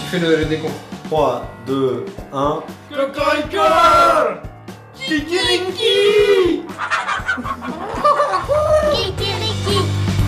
fais le décompte. 3, 2, 1... Cocorico Kikiriki Kikiriki.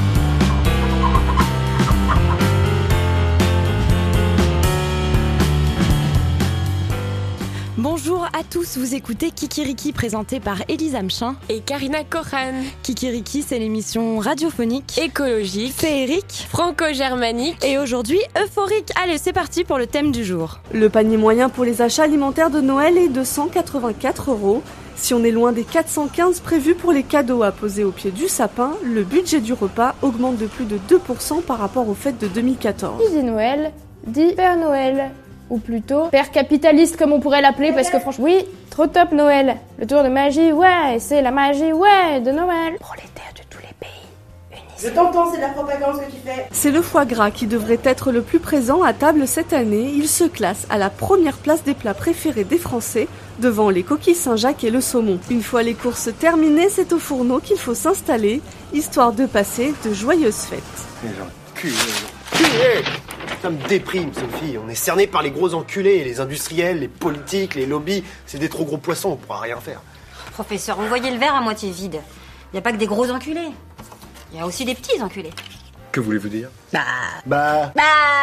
Bonjour à tous, vous écoutez Kikiriki présenté par Élise Amchin et Karina Kohan. Kikiriki, c'est l'émission radiophonique, écologique, féerique, franco-germanique et aujourd'hui euphorique. Allez, c'est parti pour le thème du jour. Le panier moyen pour les achats alimentaires de Noël est de 184 €. Si on est loin des 415 prévus pour les cadeaux à poser au pied du sapin, le budget du repas augmente de plus de 2% par rapport aux fêtes de 2014. Qui dit Noël dit Père Noël. Ou plutôt Père capitaliste comme on pourrait l'appeler, parce que franchement, oui, trop top Noël. Le tour de magie, ouais, c'est la magie, ouais, de Noël. Prolétaires de tous les pays, unis. Je t'entends, c'est de la propagande ce que tu fais. C'est le foie gras qui devrait être le plus présent à table cette année. Il se classe à la première place des plats préférés des Français, devant les coquilles Saint-Jacques et le saumon. Une fois les courses terminées, c'est au fourneau qu'il faut s'installer, histoire de passer de joyeuses fêtes. Les gens culés. Ça me déprime, Sophie. On est cerné par les gros enculés, les industriels, les politiques, les lobbies. C'est des trop gros poissons, on pourra rien faire. Professeur, vous voyez le verre à moitié vide. Il n'y a pas que des gros enculés. Il y a aussi des petits enculés. Que voulez-vous dire? Bah Bah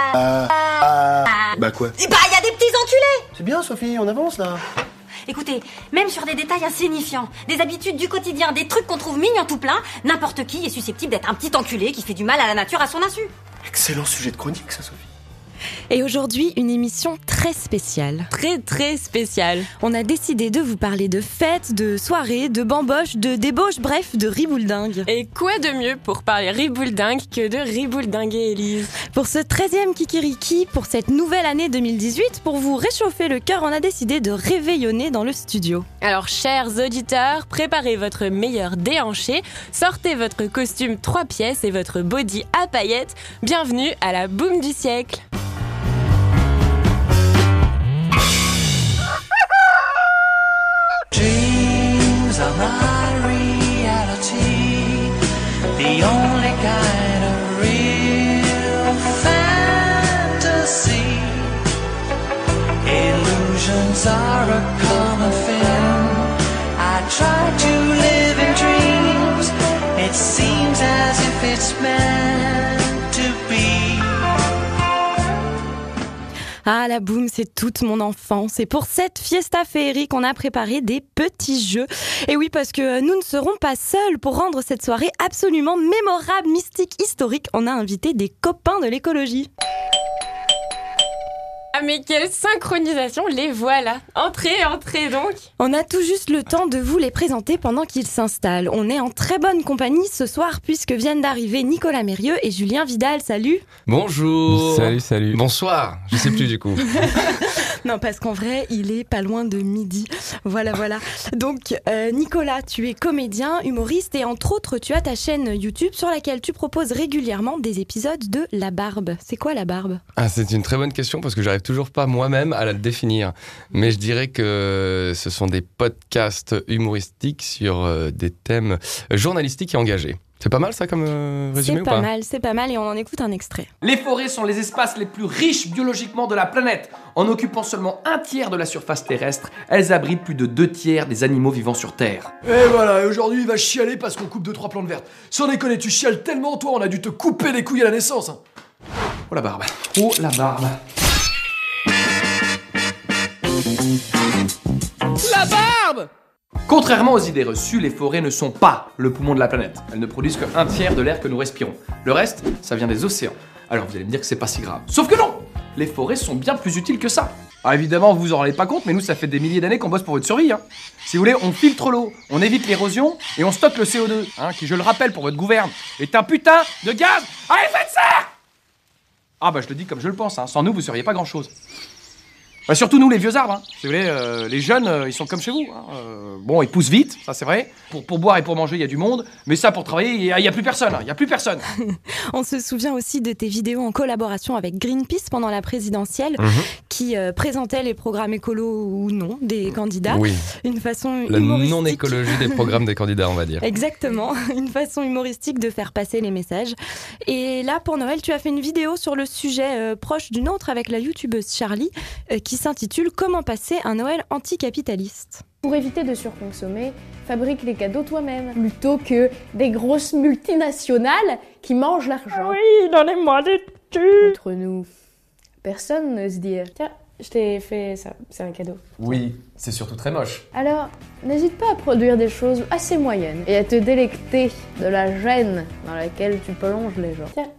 quoi? il y a des petits enculés. C'est bien, Sophie, on avance là. Écoutez, même sur des détails insignifiants, des habitudes du quotidien, des trucs qu'on trouve mignons tout plein, n'importe qui est susceptible d'être un petit enculé qui fait du mal à la nature à son insu. Excellent sujet de chronique, ça, Sophie. Et aujourd'hui, une émission très spéciale. Très spéciale. On a décidé de vous parler de fêtes, de soirées, de bamboches, de débauches, bref, de ribouledingue. Et quoi de mieux pour parler ribouledingue que de ribouledinguer, Élise? Pour ce 13e Kikiriki, pour cette nouvelle année 2018, pour vous réchauffer le cœur, on a décidé de réveillonner dans le studio. Alors, chers auditeurs, préparez votre meilleur déhanché, sortez votre costume 3 pièces et votre body à paillettes. Bienvenue à la boum du siècle. Dreams are my reality, the only kind of real fantasy. Illusions are a common thing. I try to live in dreams. It seems as if it's meant to be. Ah, la boum, c'est toute mon enfance. Et pour cette fiesta féerique, on a préparé des petits jeux. Et oui, parce que nous ne serons pas seuls pour rendre cette soirée absolument mémorable, mystique, historique. On a invité des copains de l'écologie. Ah mais quelle synchronisation, les voilà. Entrez donc. On a tout juste le temps de vous les présenter pendant qu'ils s'installent. On est en très bonne compagnie ce soir puisque viennent d'arriver Nicolas Mérieux et Julien Vidal. Salut. Bonjour. Salut. Bonsoir. Je sais plus du coup. Non, parce qu'en vrai, il est pas loin de midi. Voilà. Donc, Nicolas, tu es comédien, humoriste et entre autres, tu as ta chaîne YouTube sur laquelle tu proposes régulièrement des épisodes de La Barbe. C'est quoi La Barbe ? Ah, c'est une très bonne question parce que j'arrive toujours pas moi-même à la définir. Mais je dirais que ce sont des podcasts humoristiques sur des thèmes journalistiques et engagés. C'est pas mal ça comme résumé ou pas ? C'est pas mal et on en écoute un extrait. Les forêts sont les espaces les plus riches biologiquement de la planète. En occupant seulement 1/3 de la surface terrestre, elles abritent plus de 2/3 des animaux vivant sur Terre. Et voilà, et aujourd'hui il va chialer parce qu'on coupe 2-3 plantes vertes. Sans déconner, tu chiales tellement, toi, on a dû te couper les couilles à la naissance. Hein. Oh la barbe. Oh la barbe. La barbe! Contrairement aux idées reçues, les forêts ne sont pas le poumon de la planète. Elles ne produisent que 1/3 de l'air que nous respirons. Le reste, ça vient des océans. Alors vous allez me dire que c'est pas si grave. Sauf que non! Les forêts sont bien plus utiles que ça. Alors évidemment, vous vous en rendez pas compte, mais nous, ça fait des milliers d'années qu'on bosse pour votre survie. Hein. Si vous voulez, on filtre l'eau, on évite l'érosion et on stocke le CO2, qui, je le rappelle pour votre gouverne, est un putain de gaz à effet de serre! Ah bah je le dis comme je le pense, sans nous, vous seriez pas grand-chose. Bah, surtout nous, les vieux arbres. Hein. Si vous voulez, les jeunes, ils sont comme chez vous. Hein. Bon, ils poussent vite, ça c'est vrai. Pour boire et pour manger, il y a du monde. Mais ça, pour travailler, il y a plus personne. Il y a plus personne. On se souvient aussi de tes vidéos en collaboration avec Greenpeace pendant la présidentielle, qui présentaient les programmes écolos ou non des candidats. Oui. Une façon La humoristique. non-écologie des programmes des candidats, on va dire. Exactement, une façon humoristique de faire passer les messages. Et là, pour Noël, tu as fait une vidéo sur le sujet proche d'une autre avec la youtubeuse Charlie, qui s'intitule « Comment passer un Noël anticapitaliste ». Pour éviter de surconsommer, fabrique les cadeaux toi-même, plutôt que des grosses multinationales qui mangent l'argent. Oui, donnez-moi des thunes. Entre nous, personne n'ose dire « Tiens, je t'ai fait ça, c'est un cadeau. » Oui, c'est surtout très moche. Alors, n'hésite pas à produire des choses assez moyennes et à te délecter de la gêne dans laquelle tu plonges les gens. Tiens,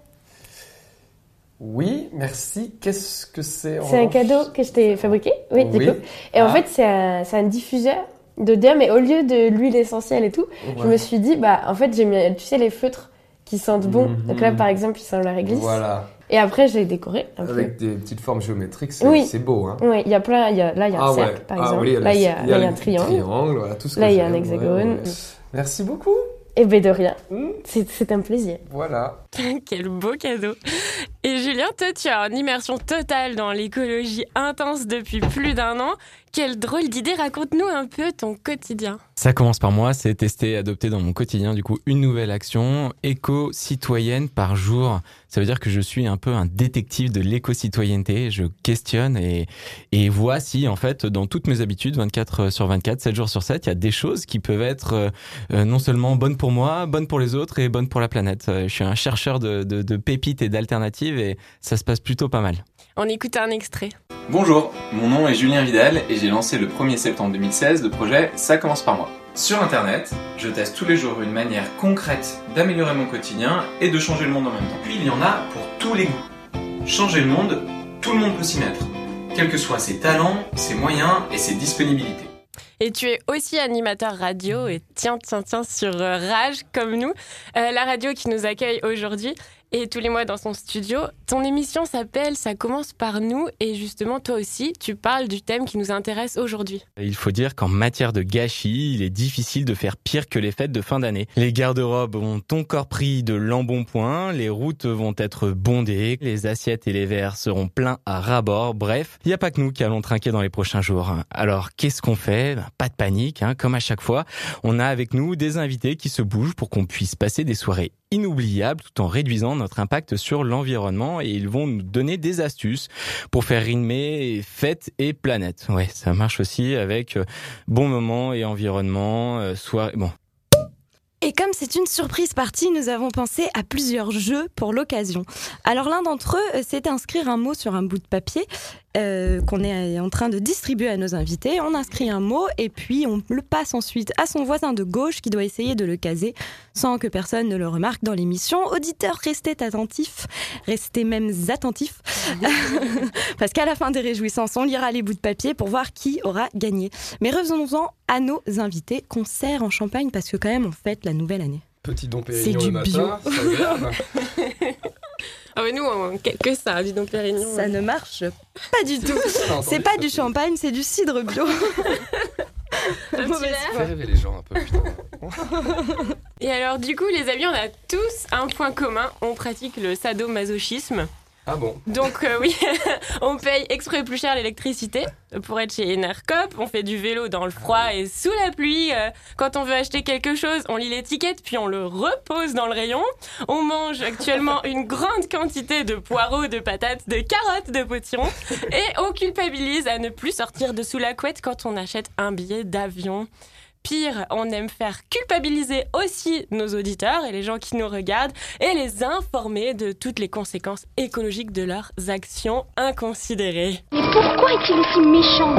Oui, merci. Qu'est-ce que c'est en c'est un revanche cadeau que je t'ai fabriqué. Oui, Oui. du coup. Et en fait, c'est un diffuseur d'odeur, mais au lieu de l'huile essentielle et tout, je me suis dit, bah, en fait, j'ai mis, tu sais, les feutres qui sentent bon. Donc là, par exemple, ils sentent la réglisse. Voilà. Et après, j'ai décoré un peu. Avec des petites formes géométriques, Oui. c'est beau. Hein. Oui, il y a plein, là, il y a un cercle, par exemple. Oui, là, il y a un le triangle. voilà, tout ce Là, que il y a un j'aime, hexagone. ouais. Merci beaucoup. Et ben de rien. C'est un plaisir. Voilà. Quel beau cadeau. Et Julien, toi, tu as une immersion totale dans l'écologie intense depuis plus d'1 an. Quelle drôle d'idée, raconte-nous un peu ton quotidien. Ça commence par moi, c'est tester et adopter dans mon quotidien du coup une nouvelle action éco-citoyenne par jour. Ça veut dire que je suis un peu un détective de l'éco-citoyenneté. Je questionne et vois si en fait dans toutes mes habitudes, 24/24, 7 jours sur 7, il y a des choses qui peuvent être non seulement bonnes pour moi, bonnes pour les autres et bonnes pour la planète. Je suis un chercheur de pépites et d'alternatives et ça se passe plutôt pas mal. On écoute un extrait. Bonjour, mon nom est Julien Vidal et j'ai lancé le 1er septembre 2016 le projet Ça commence par moi. Sur internet, je teste tous les jours une manière concrète d'améliorer mon quotidien et de changer le monde en même temps. Puis il y en a pour tous les goûts. Changer le monde, tout le monde peut s'y mettre, quels que soient ses talents, ses moyens et ses disponibilités. Et tu es aussi animateur radio et tiens sur Rage comme nous, la radio qui nous accueille aujourd'hui et tous les mois dans son studio. Ton émission s'appelle Ça commence par nous et justement toi aussi tu parles du thème qui nous intéresse aujourd'hui. Il faut dire qu'en matière de gâchis, il est difficile de faire pire que les fêtes de fin d'année. Les garde-robes ont encore pris de l'embonpoint, les routes vont être bondées, les assiettes et les verres seront pleins à ras-bord. Bref, il n'y a pas que nous qui allons trinquer dans les prochains jours. Alors qu'est-ce qu'on fait ? Pas de panique, comme à chaque fois. On a avec nous des invités qui se bougent pour qu'on puisse passer des soirées inoubliables tout en réduisant notre impact sur l'environnement et ils vont nous donner des astuces pour faire rimer fête et planète. Ouais, ça marche aussi avec bon moment et environnement, soirée. Bon. Et comme c'est une surprise partie, nous avons pensé à plusieurs jeux pour l'occasion. Alors l'un d'entre eux, c'est inscrire un mot sur un bout de papier qu'on est en train de distribuer à nos invités. On inscrit un mot et puis on le passe ensuite à son voisin de gauche qui doit essayer de le caser sans que personne ne le remarque dans l'émission. Auditeurs, restez attentifs, restez même attentifs, parce qu'à la fin des réjouissances, on lira les bouts de papier pour voir qui aura gagné. Mais revenons-en à nos invités, concert en Champagne, parce que quand même on fête la nouvelle année. Petit Dom C'est Pérignon du le matin, bio. c'est agréable. Ah mais nous, que ça, du Dom Pérignon. Ça ne marche pas du tout. C'est pas du champagne, c'est du cidre bio. Fais rêver les gens un peu, putain. Et alors du coup, les amis, on a tous un point commun, on pratique le sadomasochisme. Ah bon ? Donc oui, on paye exprès plus cher l'électricité pour être chez Enercop, on fait du vélo dans le froid et sous la pluie. Quand on veut acheter quelque chose, on lit l'étiquette puis on le repose dans le rayon. On mange actuellement une grande quantité de poireaux, de patates, de carottes, de potirons et on culpabilise à ne plus sortir de sous la couette quand on achète un billet d'avion. Pire, on aime faire culpabiliser aussi nos auditeurs et les gens qui nous regardent et les informer de toutes les conséquences écologiques de leurs actions inconsidérées. Mais pourquoi est-il aussi méchant?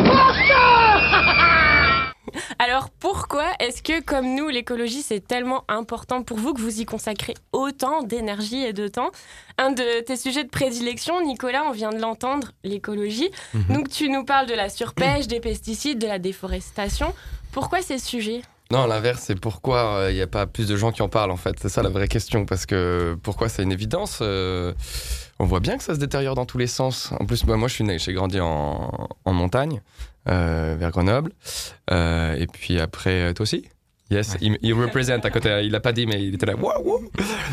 Alors pourquoi est-ce que, comme nous, l'écologie c'est tellement important pour vous que vous y consacrez autant d'énergie et de temps? Un de tes sujets de prédilection, Nicolas, on vient de l'entendre, l'écologie. Donc tu nous parles de la surpêche, des pesticides, de la déforestation. Pourquoi ces sujets ? Non, l'inverse, c'est pourquoi il n'y a pas plus de gens qui en parlent, en fait. C'est ça la vraie question, parce que pourquoi c'est une évidence On voit bien que ça se détériore dans tous les sens. En plus, moi, j'ai grandi en montagne, vers Grenoble. Et puis après, toi aussi ? Yes, il représente à côté. Il l'a pas dit, mais il était là. Wow, wow.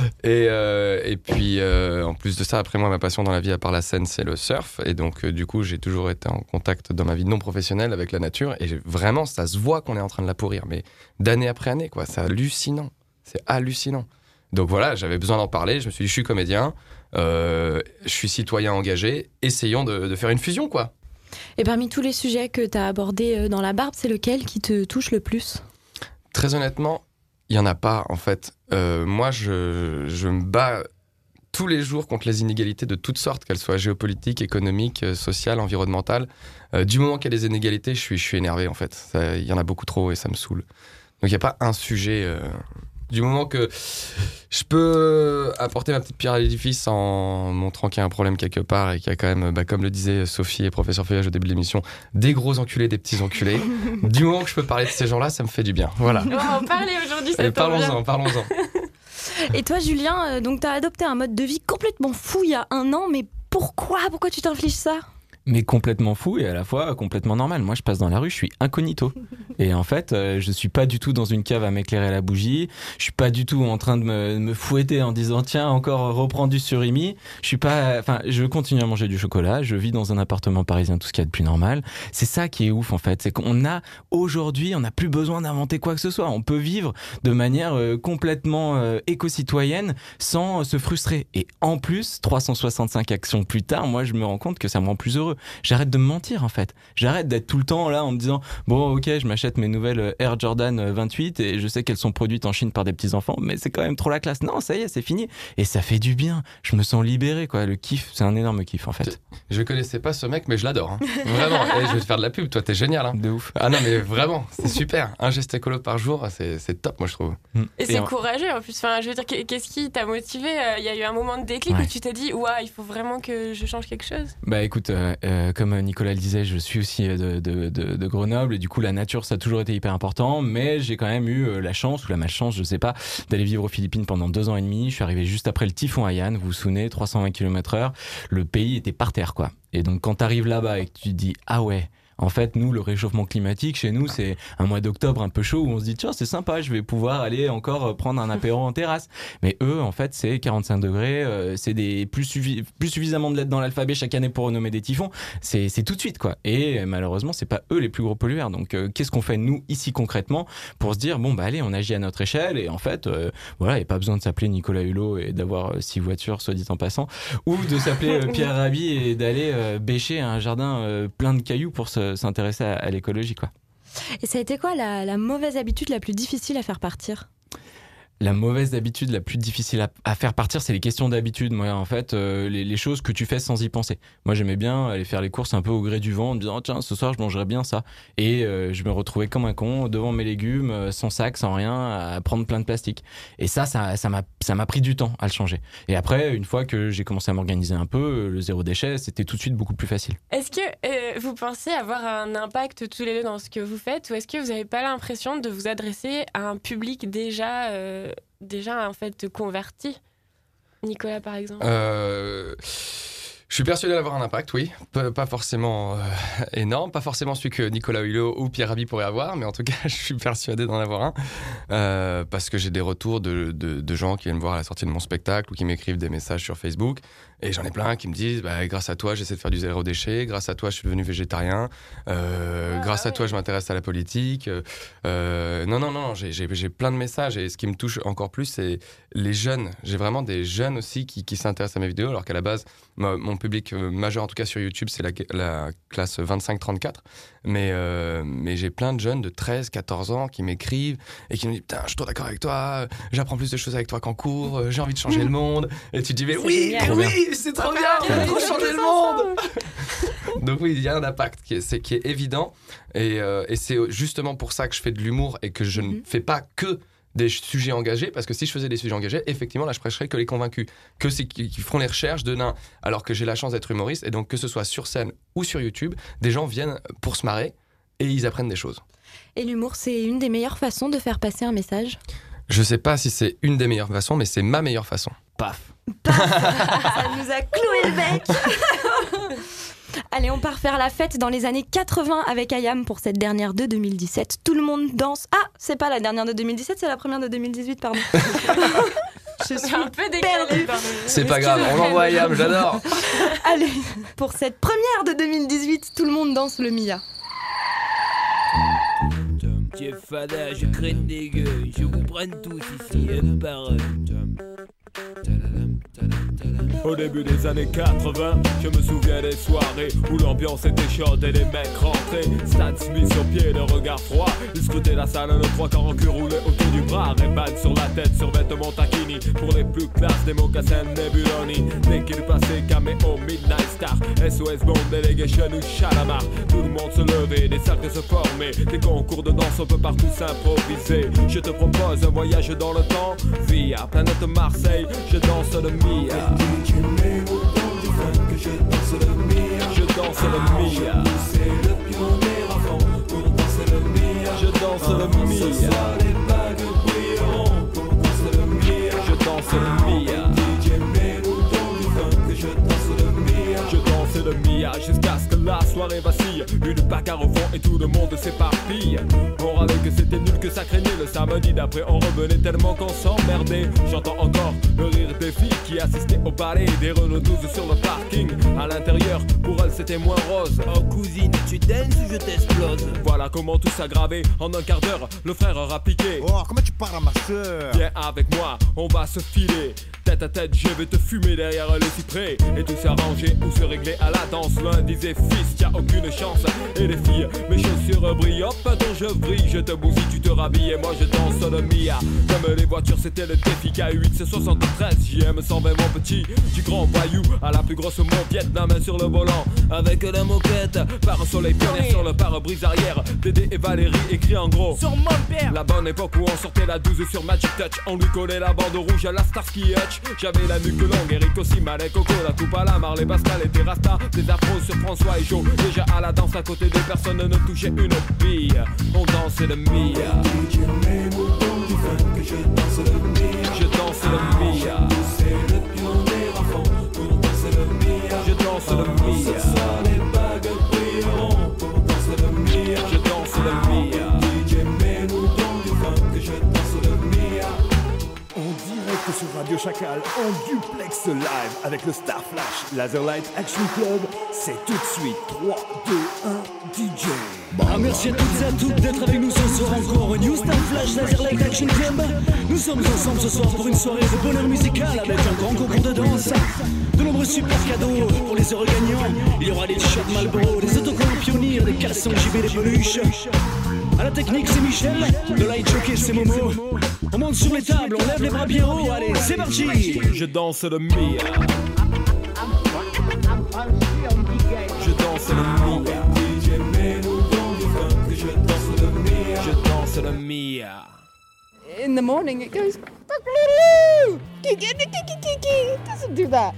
Et puis, en plus de ça, après moi, ma passion dans la vie, à part la scène, c'est le surf. Et donc, du coup, j'ai toujours été en contact dans ma vie non professionnelle avec la nature. Et vraiment, ça se voit qu'on est en train de la pourrir. Mais d'année après année, quoi. C'est hallucinant. C'est hallucinant. Donc voilà, j'avais besoin d'en parler. Je me suis dit, je suis comédien, je suis citoyen engagé. Essayons de faire une fusion, quoi. Et parmi tous les sujets que tu as abordés dans La Barbe, c'est lequel qui te touche le plus ? Très honnêtement, il n'y en a pas, en fait. Moi, je me bats tous les jours contre les inégalités de toutes sortes, qu'elles soient géopolitiques, économiques, sociales, environnementales. Du moment qu'il y a des inégalités, je suis énervé, en fait. Il y en a beaucoup trop et ça me saoule. Donc, il n'y a pas un sujet... Du moment que je peux apporter ma petite pierre à l'édifice en montrant qu'il y a un problème quelque part et qu'il y a quand même, comme le disait Sophie et professeur Feuillage au début de l'émission, des gros enculés, des petits enculés. Du moment que je peux parler de ces gens-là, ça me fait du bien. Voilà. On va en parler aujourd'hui, ça tombe bien. Parlons-en. Et toi, Julien, donc tu as adopté un mode de vie complètement fou il y a 1 an, mais pourquoi tu t'infliges ça ? Mais complètement fou et à la fois complètement normal. Moi, je passe dans la rue, je suis incognito. Et en fait, je suis pas du tout dans une cave à m'éclairer à la bougie. Je suis pas du tout en train de me fouetter en disant tiens, encore reprends du surimi. Je continue à manger du chocolat. Je vis dans un appartement parisien, tout ce qu'il y a de plus normal. C'est ça qui est ouf, en fait. C'est aujourd'hui, on n'a plus besoin d'inventer quoi que ce soit. On peut vivre de manière complètement éco-citoyenne sans se frustrer. Et en plus, 365 actions plus tard, moi, je me rends compte que ça me rend plus heureux. J'arrête de me mentir, en fait. J'arrête d'être tout le temps là en me disant bon, ok, je m'achète mes nouvelles Air Jordan 28 et je sais qu'elles sont produites en Chine par des petits enfants, mais c'est quand même trop la classe. Non, ça y est, c'est fini. Et ça fait du bien. Je me sens libéré, quoi. Le kiff, c'est un énorme kiff, en fait. Je connaissais pas ce mec, mais je l'adore. Hein. Vraiment. Je vais te faire de la pub. Toi, t'es génial. Hein. De ouf. Ah non, mais vraiment, c'est super. Un geste écolo par jour, c'est top, moi, je trouve. Et c'est courageux, en plus. Enfin, je veux dire, qu'est-ce qui t'a motivé ? Il y a eu un moment de déclic où tu t'es dit ouah, il faut vraiment que je change quelque chose. Bah écoute, comme Nicolas le disait, je suis aussi de Grenoble et du coup la nature ça a toujours été hyper important, mais j'ai quand même eu la chance ou la malchance, je sais pas, d'aller vivre aux Philippines pendant 2 ans et demi. Je suis arrivé juste après le typhon Haiyan, vous vous souvenez, 320 km/h, le pays était par terre, quoi. Et donc quand t'arrives là-bas et que tu te dis ah ouais, en fait, nous, le réchauffement climatique, chez nous, c'est un mois d'octobre un peu chaud où on se dit, tiens, c'est sympa, je vais pouvoir aller encore prendre un apéro en terrasse. Mais eux, en fait, c'est 45 degrés, c'est plus suffisamment de lettres dans l'alphabet chaque année pour renommer des typhons. C'est tout de suite, quoi. Et malheureusement, c'est pas eux les plus gros pollueurs. Donc, qu'est-ce qu'on fait, nous, ici, concrètement, pour se dire, bon, bah, allez, on agit à notre échelle. Et en fait, voilà, il n'y a pas besoin de s'appeler Nicolas Hulot et d'avoir 6 voitures, soit dit en passant, ou de s'appeler Pierre Rabhi et d'aller bêcher un jardin plein de cailloux pour s'intéresser à l'écologie, quoi. Et ça a été quoi la mauvaise habitude la plus difficile à faire partir ? La mauvaise habitude la plus difficile à faire partir, c'est les questions d'habitude. Moi, en fait, les choses que tu fais sans y penser. Moi, j'aimais bien aller faire les courses un peu au gré du vent en me disant tiens, ce soir, je mangerai bien ça. Et je me retrouvais comme un con devant mes légumes, sans sac, sans rien, à prendre plein de plastique. Et ça m'a pris du temps à le changer. Et après, une fois que j'ai commencé à m'organiser un peu, le zéro déchet, c'était tout de suite beaucoup plus facile. Est-ce que vous pensez avoir un impact tous les deux dans ce que vous faites, ou est-ce que vous n'avez pas l'impression de vous adresser à un public déjà en fait converti? Nicolas, par exemple. Je suis persuadé d'avoir un impact, oui. Pas forcément énorme, pas forcément celui que Nicolas Hulot ou Pierre Rabhi pourraient avoir, mais en tout cas, je suis persuadé d'en avoir un. Parce que j'ai des retours de gens qui viennent me voir à la sortie de mon spectacle ou qui m'écrivent des messages sur Facebook. Et j'en ai plein qui me disent grâce à toi, j'essaie de faire du zéro déchet. Grâce à toi, je suis devenu végétarien. Grâce à toi, je m'intéresse à la politique. Non, j'ai plein de messages. Et ce qui me touche encore plus, c'est les jeunes. J'ai vraiment des jeunes aussi qui s'intéressent à mes vidéos, alors qu'à la base, mon public majeur, en tout cas sur YouTube, c'est la classe 25-34. Mais j'ai plein de jeunes de 13, 14 ans qui m'écrivent et qui me disent putain, je suis trop d'accord avec toi, j'apprends plus de choses avec toi qu'en cours, j'ai envie de changer le monde. Et tu te dis mais oui, c'est trop bien, on va trop changer le monde. Donc oui, il y a un impact qui est évident. Et c'est justement pour ça que je fais de l'humour et que je ne fais pas que des sujets engagés, parce que si je faisais des sujets engagés, effectivement, là, je prêcherais que les convaincus, que c'est qui feront les recherches de nains, alors que j'ai la chance d'être humoriste, et donc que ce soit sur scène ou sur YouTube, des gens viennent pour se marrer, et ils apprennent des choses. Et l'humour, c'est une des meilleures façons de faire passer un message ? Je sais pas si c'est une des meilleures façons, mais c'est ma meilleure façon. Paf. Ça nous a cloué le bec. Allez, on part faire la fête dans les années 80 avec Ayam pour cette dernière de 2017. Tout le monde danse. Ah, c'est pas la dernière de 2017, c'est la première de 2018, pardon. Je suis un peu décalée. C'est pas grave, on l'envoie à Ayam, j'adore. Allez, pour cette première de 2018, tout le monde danse le Mia. Jeff Fada, je craigne des gueux, je vous prenne tous ici, un par un. Au début des années 80, je me souviens des soirées où l'ambiance était chaude et les mecs rentraient. Stan Smith sur pied, le regard froid. Ils scrutaient la salle, nos trois quarts en cul roulés autour du bras. Ray-Ban sur la tête, sur vêtements taquini. Pour les plus classes, des mocassins Nebuloni. Dès qu'il passait, caméo, Midnight Star, SOS Bond, Delegation ou Chalamar. Tout le monde se levait, des cercles se formaient. Des concours de danse, on peut partout s'improviser. Je te propose un voyage dans le temps via planète Marseille, je danse le Mia. Je danse le Mia. Je danse le Mia. C'est le pionnier avant pour danser le Mia. Je danse le Mia. Ce soir les bagues brilleront pour danser le Mia. Je danse le Mia. DJ mets-nous dans du funk, je danse le Mia. Je danse le Mia jusqu'à ce que la soirée vacille. Une bagarre au fond et tout le monde s'éparpille. On râlait que c'était nul, que ça craignait. Le samedi d'après on revenait tellement qu'on s'emmerdait. J'entends encore le rire des filles qui assistaient au ballet. Des Renault 12 sur le parking. À l'intérieur, pour elles c'était moins rose. Oh cousine, tu danses ou je t'explose? Voilà comment tout s'aggravait. En un quart d'heure, le frère aura piqué. Oh, comment tu parles à ma soeur? Viens avec moi, on va se filer. Tête à tête, je vais te fumer derrière le cyprès. Et tout s'arranger ou se régler à la danse. L'un disait fils, t'as aucune chance. Et les filles, mes chaussures brillent. Hop, attends, je brille, je te bousille, tu te rhabilles. Et moi je danse le Mia. Comme les voitures, c'était le défi. K8, c'est 73. JM 120, mon petit. Du grand voyou à la plus grosse moquette. La main sur le volant avec la moquette. Par un soleil pionnier sur le pare-brise arrière. Dédé et Valérie écrit en gros sur mon père. La bonne époque où on sortait la 12 sur Magic Touch. On lui collait la bande rouge à la Starsky Hutch. J'avais la nuque longue, Eric aussi, Malek, Coco, la coupe à la Marley, Pascal et Rasta. Des afros sur François et Joe. Déjà à la danse à côté des personnes ne touchaient une bille. On dansait le Mia. DJ mets-nous dans du funk, je danse le Mia. Je danse le Mia. C'est le pionnier à fond pour danser le Mia. Je danse le Mia. Ce soir les bagues brilleront pour danser le Mia. Je danse le Mia. DJ mets-nous dans du funk, je danse le Mia. En direct sur Radio Chacal, en duplex live avec le Star Flash Laserlight Action Club, c'est tout de suite 3, 2, 1, DJ. Merci à toutes et à toutes d'être avec nous ce soir encore au New Star Flash Laserlight Action Club. Nous sommes ensemble ce soir pour une soirée de bonheur musical avec un grand concours de danse, de nombreux super cadeaux pour les heureux gagnants. Il y aura des t-shirts Marlboro, des autocollants Pionnier, des caleçons JB, des peluches. À la technique c'est Michel, le light jockey c'est Momo. On monte sur les tables, on lève les bras bien haut, allez c'est parti. Je danse le Mia. Je danse le Mia. DJ mets-nous dans du funk, je danse le Mia. Je danse le Mia. In the morning it goes it doesn't do that.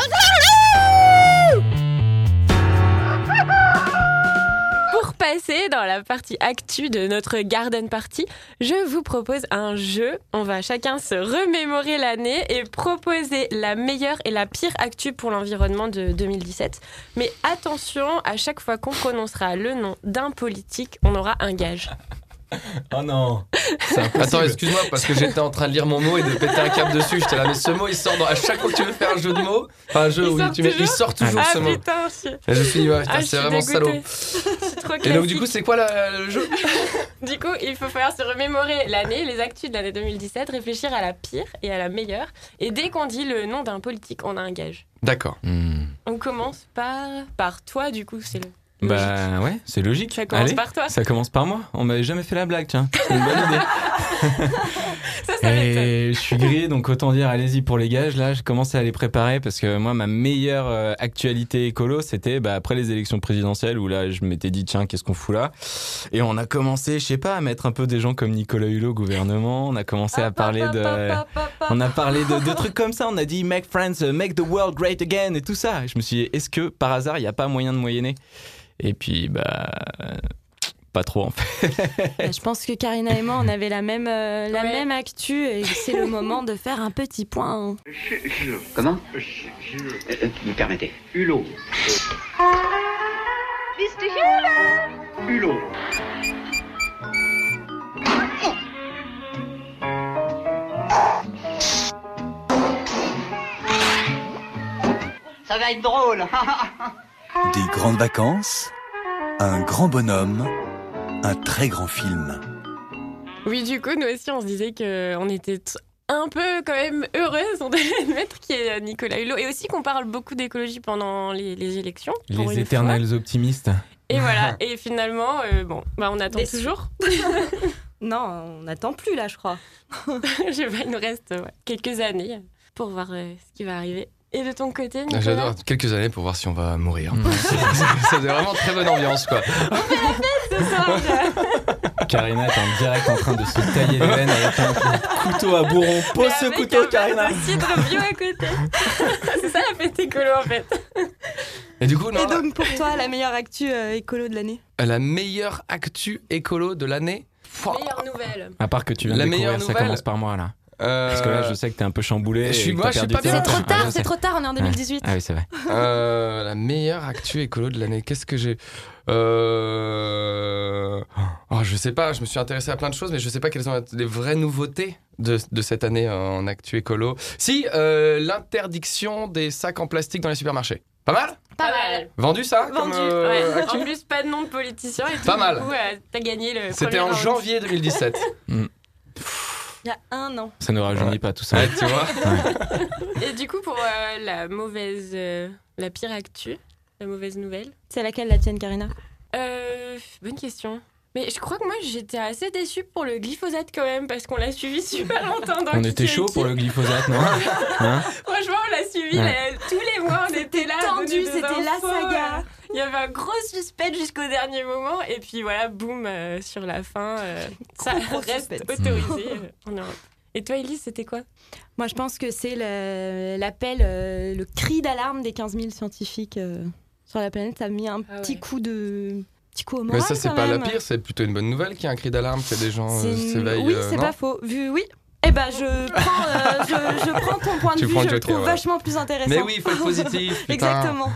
Pour passer dans la partie actu de notre garden party, je vous propose un jeu. On va chacun se remémorer l'année et proposer la meilleure et la pire actu pour l'environnement de 2017. Mais attention, à chaque fois qu'on prononcera le nom d'un politique, on aura un gage. Oh non. Attends, excuse-moi, parce que j'étais en train de lire mon mot et de péter un câble dessus. J'étais là, mais ce mot il sort à chaque fois que tu veux faire un jeu de mots. Enfin, un jeu où il sort toujours ce mot. Putain, et je suis dit, ouais, putain, c'est vraiment salaud. C'est trop classique. Et donc, du coup, c'est quoi le jeu? Du coup, il faut falloir se remémorer l'année, les actus de l'année 2017, réfléchir à la pire et à la meilleure. Et dès qu'on dit le nom d'un politique, on a un gage. D'accord. On commence par toi, du coup, c'est le. Bah ouais, c'est logique. Ça commence par toi. Ça commence par moi. On m'avait jamais fait la blague, tiens. C'est une bonne idée. Et je suis grillé, donc autant dire, allez-y pour les gages. Là, je commence à les préparer parce que moi, ma meilleure actualité écolo, c'était après les élections présidentielles où là, je m'étais dit, tiens, qu'est-ce qu'on fout là? Et on a commencé, je sais pas, à mettre un peu des gens comme Nicolas Hulot au gouvernement. On a commencé à parler de trucs comme ça. On a dit, make France, make the world great again et tout ça. Et je me suis dit, est-ce que par hasard, il n'y a pas moyen de moyenner? Et puis, pas trop en fait. Je pense que Karina et moi, on avait la même actu et c'est le moment de faire un petit point. Comment me permettez. Hulot. Mr. Hulot. Hulot. Ça va être drôle. Des grandes vacances, un grand bonhomme, un très grand film. Oui, du coup, nous aussi, on se disait qu'on était un peu quand même heureuses, on devait admettre, qu'il y ait Nicolas Hulot. Et aussi qu'on parle beaucoup d'écologie pendant les élections. Les éternels optimistes. Et voilà, et finalement, on attend toujours. Non, on n'attend plus là, je crois. Il nous reste quelques années pour voir ce qui va arriver. Et de ton côté, Nicolas ? J'adore, quelques années pour voir si on va mourir. Ça faisait vraiment très bonne ambiance, quoi. On fait la fête ce soir. Karina est en direct en train de se tailler les veines avec un couteau à bourron. Pose ce couteau, Karina. Un cidre bio à côté. C'est ça la fête écolo, en fait. Et du coup, Et donc pour toi, la meilleure actu écolo de l'année ? La meilleure actu écolo de l'année ? Meilleure nouvelle. À part que tu viens la de découvrir, meilleure ça nouvelle. commence par moi là. Parce que là, je sais que t'es un peu chamboulé. Je suis pas bien. C'est trop tard, on est en 2018. Ah oui, c'est vrai. La meilleure actu écolo de l'année, qu'est-ce que j'ai je sais pas, je me suis intéressé à plein de choses, mais je sais pas quelles sont les vraies nouveautés de cette année en actu écolo. Si, l'interdiction des sacs en plastique dans les supermarchés. Pas mal ? Pas mal. Vendu ça ? Vendu, comme, actu En plus, pas de nom de politicien et tout. Pas mal. Du coup, t'as gagné le C'était premier en round. janvier 2017. Il y a 1 an. Ça ne rajeunit pas tout ça. Ouais, tu vois. Et du coup, pour la pire actu, la mauvaise nouvelle. C'est laquelle la tienne, Karina ? Bonne question. Mais je crois que moi, j'étais assez déçue pour le glyphosate quand même, parce qu'on l'a suivi super longtemps dans On était chaud pour le glyphosate, non Franchement, on l'a suivi tous les mois, on était là. Tendu, c'était la saga. Il y avait un gros suspect jusqu'au dernier moment, et puis voilà, boum, sur la fin, ça reste autorisé en Europe. Et toi, Elise, c'était quoi ? Moi, je pense que c'est l'appel, le cri d'alarme des 15 000 scientifiques sur la planète. Ça a mis un petit coup au moral. Mais ça, c'est quand pas même. la pire, c'est plutôt une bonne nouvelle qu'il y a un cri d'alarme, que des gens s'éveillent. Oui, c'est non pas faux. Oui. Eh ben, je prends ton point de vue, je le trouve vachement plus intéressant. Mais oui, il faut être positif. Exactement.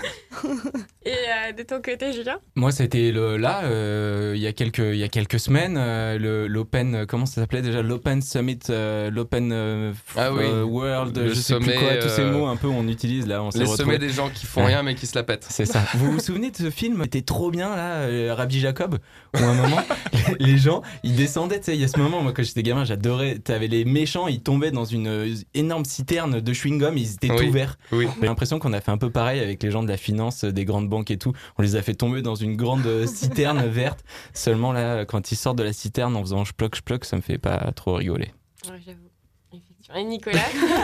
Et de ton côté, Julien ? Moi, c'était il y a quelques semaines, l'Open, comment ça s'appelait déjà ? L'Open Summit, l'Open World, le je sais sommet, plus quoi, tous ces mots un peu on utilise là. On les sommets des gens qui font rien mais qui se la pètent. C'est ça. Vous vous souvenez de ce film ? C'était trop bien là, Rabbi Jacob, où à un moment, les gens, ils descendaient, tu sais, il y a ce moment, moi quand j'étais gamin, j'adorais, t'avais les méchants, ils tombaient dans une énorme citerne de chewing-gum, ils étaient tout verts. Oui. J'ai l'impression qu'on a fait un peu pareil avec les gens de la finance, des grandes banques et tout. On les a fait tomber dans une grande citerne verte. Seulement là, quand ils sortent de la citerne en faisant shploc, ça me fait pas trop rigoler. Ouais, j'avoue. Et Nicolas ?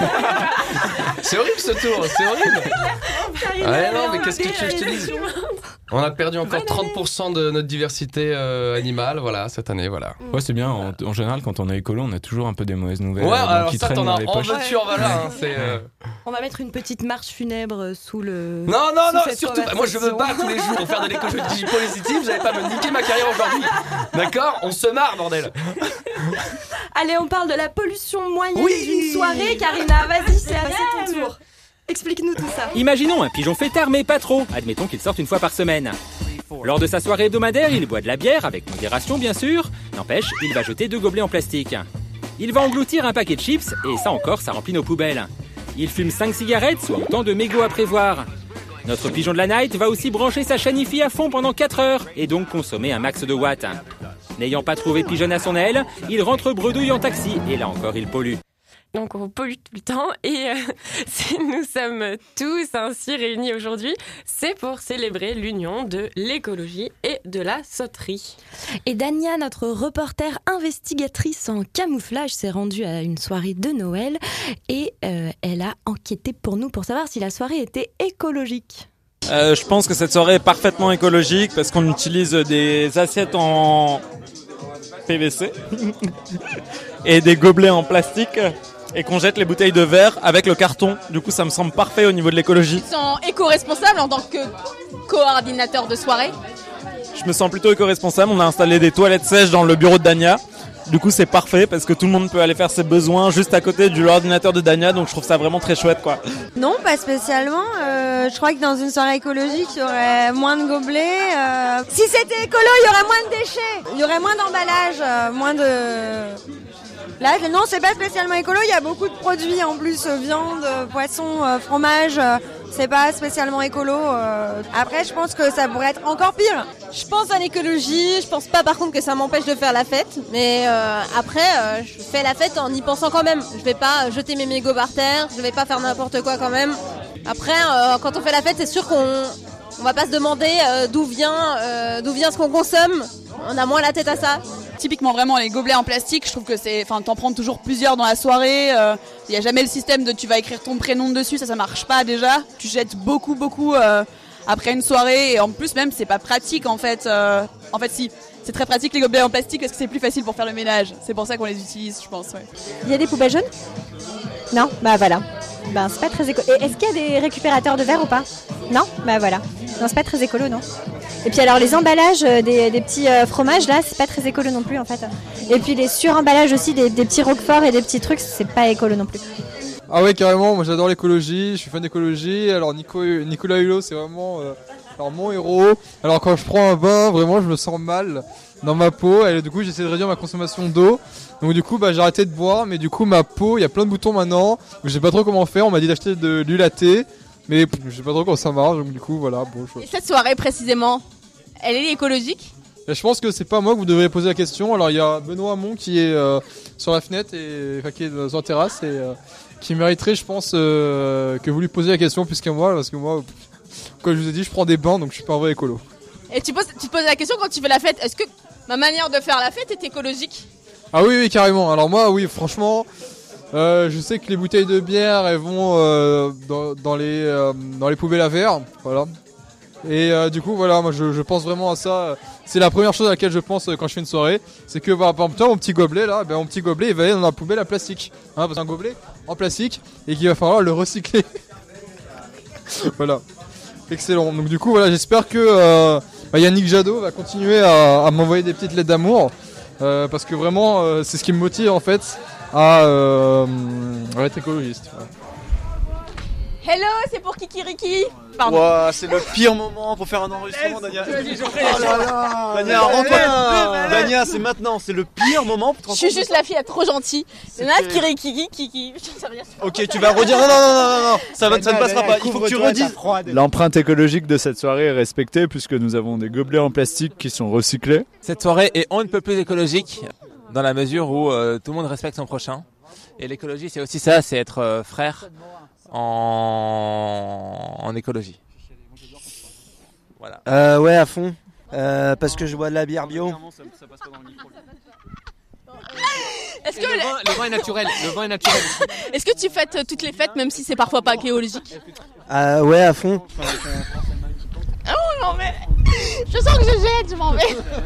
C'est horrible ce tour, c'est horrible. Ouais, non, mais qu'est-ce que tu veux que je te dise ? On a perdu encore 30% de notre diversité animale, voilà, cette année, voilà. Ouais, c'est bien. En général, quand on est écolo, on a toujours un peu des mauvaises nouvelles. Ouais, alors qui ça, traînent t'en dans as les en poches. voiture, voilà. C'est. On va mettre une petite marche funèbre sous le. Non, cette surtout pas. Moi, je me bats tous les jours pour faire de l'écologie positive. Vous n'allez pas me niquer ma carrière aujourd'hui. D'accord ? On se marre, bordel. Allez, on parle de la pollution moyenne d'une soirée, Karina. Vas-y, c'est ton tour. Explique-nous tout ça. Imaginons un pigeon fêtard, mais pas trop. Admettons qu'il sorte une fois par semaine. Lors de sa soirée hebdomadaire, il boit de la bière, avec modération bien sûr. N'empêche, il va jeter 2 gobelets en plastique. Il va engloutir un paquet de chips, et ça encore, ça remplit nos poubelles. Il fume 5 cigarettes, soit autant de mégots à prévoir. Notre pigeon de la night va aussi brancher sa chanifie à fond pendant 4 heures, et donc consommer un max de watts. N'ayant pas trouvé de pigeonne à son aile, il rentre bredouille en taxi, et là encore il pollue. Donc on pollue tout le temps et si nous sommes tous ainsi réunis aujourd'hui, c'est pour célébrer l'union de l'écologie et de la sauterie. Et Dania, notre reporter investigatrice en camouflage, s'est rendue à une soirée de Noël et elle a enquêté pour nous pour savoir si la soirée était écologique. Je pense que cette soirée est parfaitement écologique parce qu'on utilise des assiettes en PVC et des gobelets en plastique et qu'on jette les bouteilles de verre avec le carton. Du coup, ça me semble parfait au niveau de l'écologie. Ils sont éco-responsables en tant que coordinateur de soirée. Je Je me sens plutôt éco-responsable. On a installé des toilettes sèches dans le bureau de Dania. Du coup, c'est parfait parce que tout le monde peut aller faire ses besoins juste à côté de l'ordinateur de Dania. Donc, je trouve ça vraiment très chouette, quoi. Non, pas spécialement. Je crois que dans une soirée écologique, il y aurait moins de gobelets. Si c'était écolo, il y aurait moins de déchets. Il y aurait moins d'emballage, moins de... Là, non, c'est pas spécialement écolo. Il y a beaucoup de produits en plus, viande, poisson, fromage. C'est pas spécialement écolo. Après, je pense que ça pourrait être encore pire. Je pense à l'écologie. Je pense pas par contre que ça m'empêche de faire la fête. Mais après, je fais la fête en y pensant quand même. Je vais pas jeter mes mégots par terre. Je vais pas faire n'importe quoi quand même. Après, quand on fait la fête, c'est sûr qu'on va pas se demander d'où vient ce qu'on consomme. On a moins la tête à ça. Typiquement vraiment les gobelets en plastique, je trouve que t'en prends toujours plusieurs dans la soirée. Il y a jamais le système de tu vas écrire ton prénom dessus, ça marche pas déjà. Tu jettes beaucoup après une soirée et en plus même c'est pas pratique en fait. En fait si, c'est très pratique les gobelets en plastique parce que c'est plus facile pour faire le ménage. C'est pour ça qu'on les utilise, je pense. Ouais. Il y a des poubelles jaunes ? Non ? Bah voilà. Ben c'est pas très écolo. Et est-ce qu'il y a des récupérateurs de verre ou pas ? Non ? Bah voilà. Non, c'est pas très écolo, non. Et puis alors les emballages des petits fromages là, c'est pas très écolo non plus en fait. Et puis les suremballages aussi des petits roquefort et des petits trucs, c'est pas écolo non plus. Ah ouais carrément, moi j'adore l'écologie, je suis fan d'écologie. Alors Nicolas Hulot c'est vraiment mon héros. Alors quand je prends un bain, vraiment je me sens mal dans ma peau et du coup j'essaie de réduire ma consommation d'eau. Donc du coup j'ai arrêté de boire, mais du coup ma peau, il y a plein de boutons maintenant. Je sais pas trop comment faire, on m'a dit d'acheter de l'huile à thé. Mais je sais pas trop comment ça marche, donc du coup voilà. Bon, Et cette soirée précisément, elle est écologique ? Et je pense que c'est pas moi que vous devriez poser la question. Alors il y a Benoît Hamon qui est sur la fenêtre qui est sur la terrasse et qui mériterait je pense que vous lui posiez la question plus qu'à moi, parce que moi, comme je vous ai dit, je prends des bains donc je suis pas un vrai écolo. Et tu te poses la question quand tu fais la fête, est-ce que ma manière de faire la fête est écologique ? Ah oui carrément. Alors moi oui franchement. Je sais que les bouteilles de bière elles vont dans les poubelles à verre, voilà. Et du coup voilà, moi je pense vraiment à ça. C'est la première chose à laquelle je pense quand je fais une soirée, c'est que par exemple mon petit gobelet là, mon petit gobelet il va aller dans la poubelle à plastique, parce que c'est un gobelet en plastique et qu'il va falloir le recycler. Voilà, excellent. Donc du coup voilà, j'espère que Yannick Jadot va continuer à m'envoyer des petites lettres d'amour, parce que vraiment c'est ce qui me motive en fait. À être écologiste. Ouais. Hello, c'est pour Kikiriki. Pardon. Wow, c'est le pire moment pour faire un enregistrement, Dania. Oh là là, Dania, rends-toi. Dania, c'est maintenant, c'est le pire moment pour te rendre compte. Je suis juste la fille trop gentille. C'est là Kiki. Ok, tu vas redire. Non, ça ne passera pas. Il faut que tu redises. L'empreinte écologique de cette soirée est respectée puisque nous avons des gobelets en plastique qui sont recyclés. Cette soirée est on ne peut plus écologique dans la mesure où tout le monde respecte son prochain. Et l'écologie, c'est aussi ça, c'est être frère en écologie. Voilà. Ouais, à fond. Parce que je bois de la bière bio. Est-ce que le vin est naturel. Est-ce que tu fêtes toutes les fêtes, même si c'est parfois pas écologique ? Ouais, à fond. Oh non mais je sens que je jette, je m'en vais.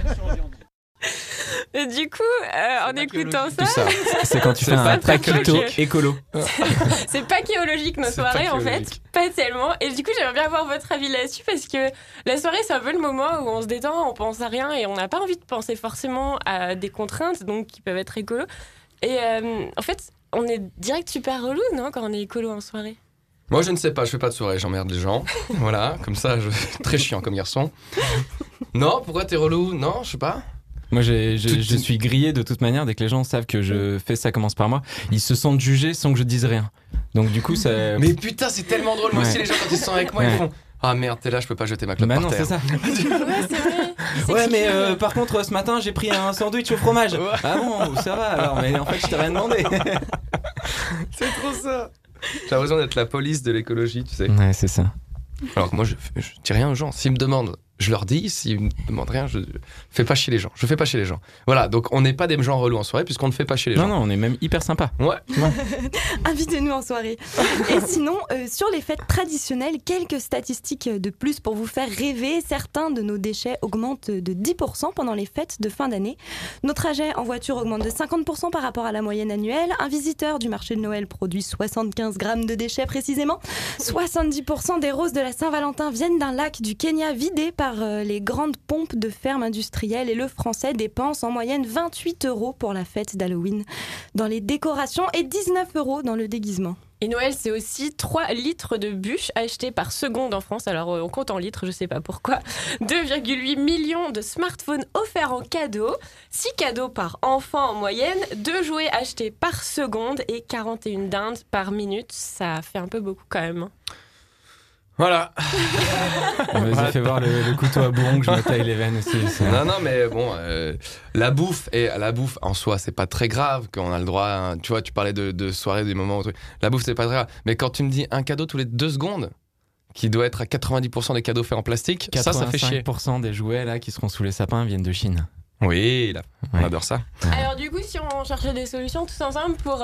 Et du coup, en écoutant ça, c'est quand tu fais un track écolo. C'est pas kéologique nos soirées en fait, pas tellement. Et du coup, j'aimerais bien avoir votre avis là-dessus parce que la soirée, c'est un peu le moment où on se détend, on pense à rien et on n'a pas envie de penser forcément à des contraintes donc qui peuvent être écolo. Et en fait, on est direct super relou, non, quand on est écolo en soirée. Moi, je ne sais pas, je fais pas de soirée, j'emmerde les gens. Voilà, comme ça, très chiant comme garçon. Non, pourquoi t'es relou ? Non, je sais pas. Moi, je suis grillé de toute manière. Dès que les gens savent que je fais ça commence par moi, ils se sentent jugés sans que je dise rien. Donc du coup, ça... Mais putain, c'est tellement drôle. Moi aussi, les gens, quand ils sont avec moi, ils font... Ah merde, t'es là, je peux pas jeter ma clope par terre. C'est ça. Ouais, mais par contre, ce matin, j'ai pris un sandwich au fromage. Ouais. Ah bon, ça va alors, mais en fait, je t'ai rien demandé. C'est trop ça. J'ai l'impression d'être la police de l'écologie, tu sais. Ouais, c'est ça. Alors que moi, je dis rien aux gens. S'ils me demandent, je leur dis. S'ils me demandent rien, je fais pas chier les gens. Je fais pas chier les gens. Voilà, donc on n'est pas des gens relous en soirée puisqu'on ne fait pas chier les gens. Non, on est même hyper sympa. Ouais. Invitez-nous en soirée. Et sinon, sur les fêtes traditionnelles, quelques statistiques de plus pour vous faire rêver. Certains de nos déchets augmentent de 10% pendant les fêtes de fin d'année. Nos trajets en voiture augmentent de 50% par rapport à la moyenne annuelle. Un visiteur du marché de Noël produit 75 grammes de déchets précisément. 70% des roses de la Saint-Valentin viennent d'un lac du Kenya vidé par par les grandes pompes de fermes industrielles et le français dépense en moyenne 28 € pour la fête d'Halloween dans les décorations et 19 € dans le déguisement. Et Noël, c'est aussi 3 litres de bûches achetées par seconde en France. Alors, on compte en litres, je sais pas pourquoi. 2,8 millions de smartphones offerts en cadeau. 6 cadeaux par enfant en moyenne. 2 jouets achetés par seconde et 41 dindes par minute. Ça fait un peu beaucoup quand même. Voilà. Vas-y, fais voir le couteau à bourron que je me taille les veines aussi. Non, mais bon, la bouffe en soi, c'est pas très grave qu'on a le droit. Hein, tu vois, tu parlais de soirées, des moments où la bouffe, c'est pas très grave. Mais quand tu me dis un cadeau tous les 2 secondes, qui doit être à 90% des cadeaux faits en plastique, ça fait chier. 85% des jouets là qui seront sous les sapins viennent de Chine. Oui, là, on adore ça. Alors du coup, si on cherchait des solutions tous ensemble pour...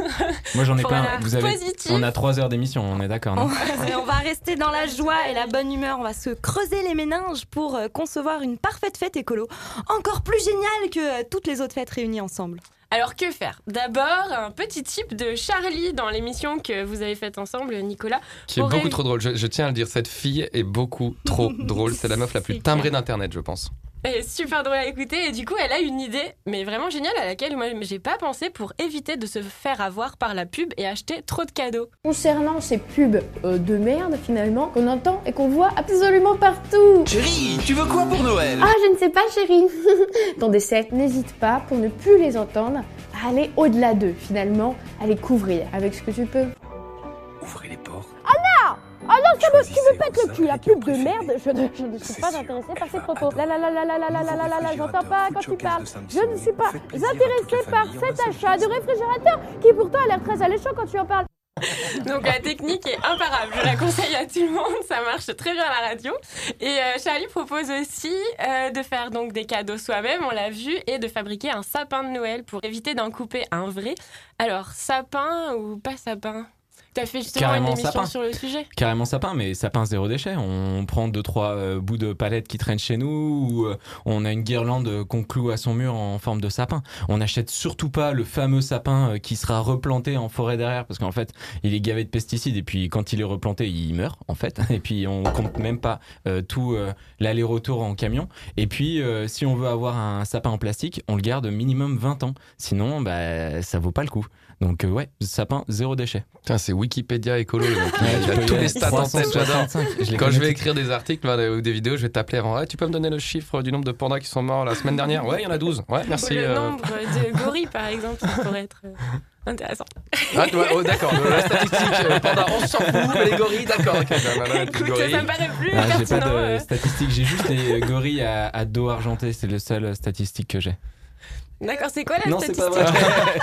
Moi j'en ai plein. Positif. On a 3 heures d'émission, on est d'accord, non? On va rester dans la joie et la bonne humeur. On va se creuser les méninges pour concevoir une parfaite fête écolo, encore plus géniale que toutes les autres fêtes réunies ensemble. Alors que faire? D'abord, un petit tip de Charlie dans l'émission que vous avez faite ensemble, Nicolas. Qui est beaucoup trop drôle, je tiens à le dire, cette fille est beaucoup trop drôle. C'est la meuf la plus timbrée d'internet, je pense. Elle est super drôle à écouter et du coup elle a une idée mais vraiment géniale à laquelle moi j'ai pas pensé pour éviter de se faire avoir par la pub et acheter trop de cadeaux. Concernant ces pubs de merde finalement qu'on entend et qu'on voit absolument partout. Chérie, tu veux quoi pour Noël? Ah je ne sais pas chérie. Ton dessert, n'hésite pas pour ne plus les entendre à aller au-delà d'eux finalement, à les couvrir avec ce que tu peux. Ouvrez les portes. Ah non! Oh non, ça me, tu me pètes le cul, la pub de merde, je ne suis pas intéressée par ces propos. J'entends pas quand tu parles. Je ne suis pas intéressée par cet achat de réfrigérateur qui pourtant a l'air très alléchant quand tu en parles. Donc la technique est imparable, je la conseille à tout le monde, ça marche très bien à la radio. Et Charlie propose aussi de faire donc des cadeaux soi-même, on l'a vu, et de fabriquer un sapin de Noël pour éviter d'en couper un vrai. Alors, sapin ou pas sapin ? T'as fait justement Carrément une émission sapin. sur le sujet. Carrément sapin, mais sapin zéro déchet. On prend 2-3 bouts de palette qui traînent chez nous, ou on a une guirlande qu'on cloue à son mur en forme de sapin. On n'achète surtout pas le fameux sapin qui sera replanté en forêt derrière, parce qu'en fait, il est gavé de pesticides, et puis quand il est replanté, il meurt, en fait. Et puis on compte même pas tout l'aller-retour en camion. Et puis, si on veut avoir un sapin en plastique, on le garde minimum 20 ans. Sinon, bah, ça vaut pas le coup. Donc ouais, sapin zéro déchet. Putain, c'est Wikipédia écolo, le mec. Il a tous les stats en tête, j'adore. Quand je vais écrire des articles ou des vidéos, je vais t'appeler avant. Ouais, tu peux me donner le chiffre du nombre de pandas qui sont morts la semaine dernière? Ouais, il y en a 12. Ouais, merci. Ou le nombre de gorilles, par exemple, ça pourrait être intéressant. Ah, d'accord, la statistique, panda, on s'en fout, mais les gorilles, d'accord. Okay, écoute, ça me paraît plus pertinent. J'ai pas de statistiques, j'ai juste les gorilles à dos argenté, c'est le seul statistique que j'ai. D'accord, c'est quoi la statistique? Non, c'est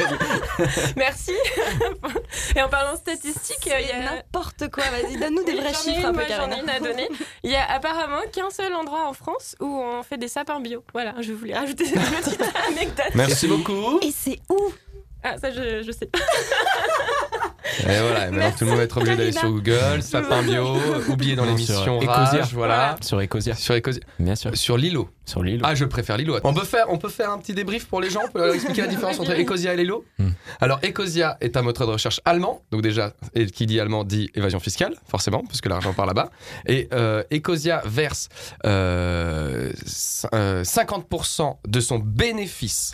pas vrai. Merci. Et en parlant statistiques, il y a n'importe quoi. Vas-y, donne-nous des vrais chiffres un peu, J'en ai une à donner. Il y a apparemment qu'un seul endroit en France où on fait des sapins bio. Voilà, je voulais rajouter cette petite anecdote. Merci beaucoup. Et c'est où? Ah, ça, je sais pas. Et voilà, maintenant tout le monde va être obligé d'aller sur Google, sapin bio, oublié dans l'émission Rage, voilà. Sur Ecosia. Bien sûr. Sur Lilo. Ah, je préfère Lilo. On peut faire un petit débrief pour les gens, on peut leur expliquer la différence entre Ecosia et Lilo. Alors, Ecosia est un moteur de recherche allemand, donc déjà, et qui dit allemand dit évasion fiscale, forcément, puisque l'argent part là-bas. Et Ecosia verse 50% de son bénéfice,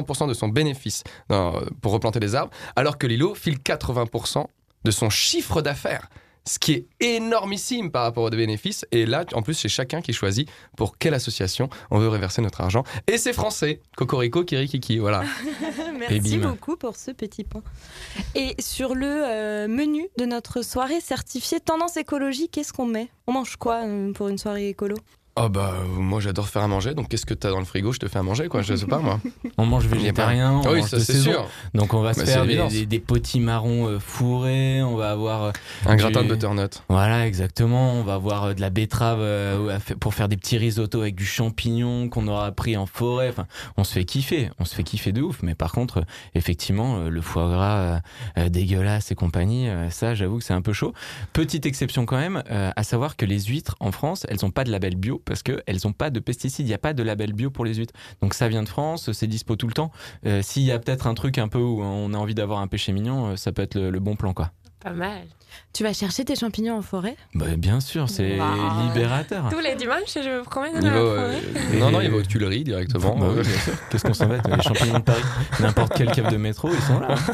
pour replanter les arbres, alors que Lilo file 80% de son chiffre d'affaires. Ce qui est énormissime par rapport aux bénéfices. Et là, en plus, c'est chacun qui choisit pour quelle association on veut reverser notre argent. Et c'est français. Cocorico, Kirikiki, voilà. Merci beaucoup pour ce petit point. Et sur le menu de notre soirée certifiée Tendance écologique, qu'est-ce qu'on met? On mange quoi pour une soirée écolo? Oh bah moi j'adore faire à manger, donc qu'est-ce que t'as dans le frigo, je te fais à manger quoi, je sais pas moi. On mange végétarien, on mange ça, de c'est saison. sûr. Donc on va se faire des potimarrons fourrés, on va avoir un gratin de butternut. Voilà, exactement, on va avoir de la betterave pour faire des petits risottos avec du champignon qu'on aura pris en forêt. Enfin, on se fait kiffer de ouf, mais par contre effectivement le foie gras dégueulasse et compagnie, ça j'avoue que c'est un peu chaud. Petite exception quand même, à savoir que les huîtres en France, elles ont pas de label bio parce qu'elles n'ont pas de pesticides, il n'y a pas de label bio pour les huîtres. Donc ça vient de France, c'est dispo tout le temps. S'il y a peut-être un truc un peu où on a envie d'avoir un péché mignon, ça peut être le bon plan quoi. Pas mal. Tu vas chercher tes champignons en forêt ? Bah, bien sûr, c'est libérateur. Tous les dimanches, je me promène dans Il la va, forêt. non, il va aux Tuileries directement. Bah oui, bien sûr. Qu'est-ce qu'on s'embête ? Les champignons de Paris, n'importe quelle cave de métro, ils sont là.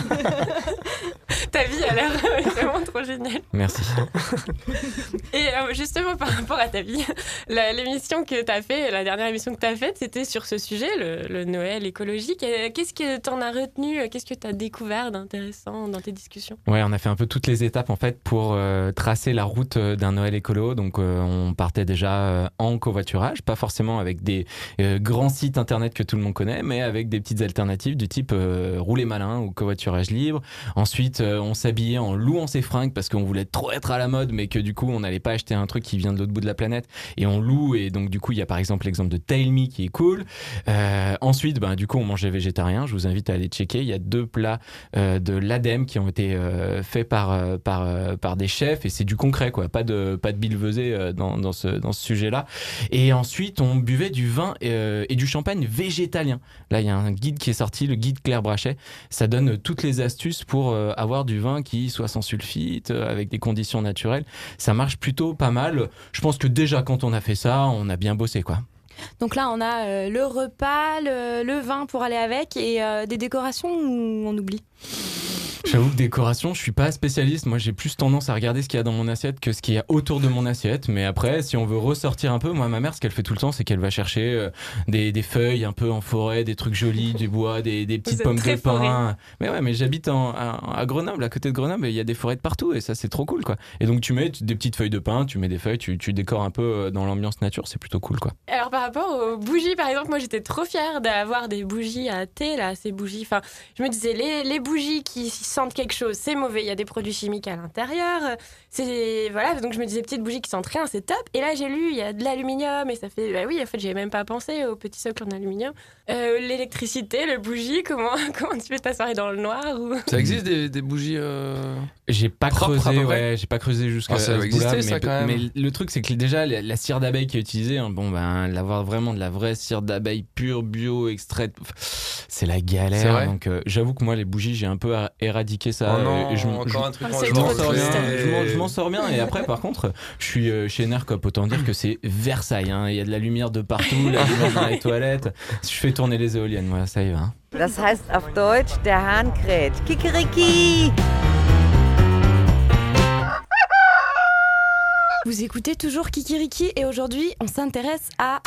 Ta vie a l'air vraiment trop géniale. Merci. Et justement, par rapport à ta vie, l'émission que tu as fait, la dernière émission que tu as faite, c'était sur ce sujet, le Noël écologique. Qu'est-ce que tu en as retenu ? Qu'est-ce que tu as découvert d'intéressant dans tes discussions ? Ouais, on a fait un peu toutes les étapes en fait pour tracer la route d'un Noël écolo. Donc on partait déjà en covoiturage, pas forcément avec des grands sites internet que tout le monde connaît, mais avec des petites alternatives du type rouler malin ou covoiturage libre. Ensuite, on s'habillait en louant ses fringues parce qu'on voulait trop être à la mode, mais que du coup on n'allait pas acheter un truc qui vient de l'autre bout de la planète, et on loue. Et donc du coup il y a par exemple l'exemple de Tell Me qui est cool. Ensuite, du coup on mangeait végétarien. Je vous invite à aller checker. Il y a 2 plats de l'ADEME qui ont été faits par des chefs, et c'est du concret quoi, pas de billevesée dans ce sujet-là. Et ensuite on buvait du vin et du champagne végétalien. Là il y a un guide qui est sorti, le guide Claire Brachet. Ça donne toutes les astuces pour avoir du vin qui soit sans sulfite, avec des conditions naturelles. Ça marche plutôt pas mal. Je pense que déjà quand on a fait ça, on a bien bossé quoi. Donc là, on a le repas, le vin pour aller avec, et des décorations où on oublie. J'avoue que décoration, je suis pas spécialiste. Moi, j'ai plus tendance à regarder ce qu'il y a dans mon assiette que ce qu'il y a autour de mon assiette. Mais après, si on veut ressortir un peu, moi, ma mère, ce qu'elle fait tout le temps, c'est qu'elle va chercher des feuilles un peu en forêt, des trucs jolis, du bois, des petites pommes de pin. Mais j'habite à Grenoble, à côté de Grenoble, et il y a des forêts de partout, et ça, c'est trop cool, quoi. Et donc, tu mets des petites feuilles de pin, tu mets des feuilles, tu décores un peu dans l'ambiance nature, c'est plutôt cool, quoi. Alors, par rapport aux bougies, par exemple, moi, j'étais trop fière d'avoir des bougies à thé, là, ces bougies. Enfin, je me disais, les bougies qui sentent quelque chose, c'est mauvais, il y a des produits chimiques à l'intérieur, voilà, donc je me disais petites bougies qui sentent rien, c'est top. Et là j'ai lu, il y a de l'aluminium, et ça fait, oui, en fait j'avais même pas pensé au petit socle en aluminium. L'électricité, le bougie, comment tu fais ta soirée dans le noir ou... Ça existe des bougies J'ai pas creusé, j'ai pas creusé jusqu'à ça doit exister, ça, quand même. Mais le truc c'est que déjà la cire d'abeille qui est utilisée, l'avoir vraiment de la vraie cire d'abeille pure, bio, extraite, c'est la galère. Donc j'avoue que moi les bougies, j'ai un peu éradiqué ça. Je m'en sors bien. Et après, par contre, je suis chez Enercop. Autant dire que c'est Versailles. Il y a de la lumière de partout, la lumière dans les toilettes. Je fais tourner les éoliennes, moi, ça y va. Das heißt auf Deutsch, der Hahn kräht. Kikeriki! Vous écoutez toujours Kikiriki, et aujourd'hui, on s'intéresse à...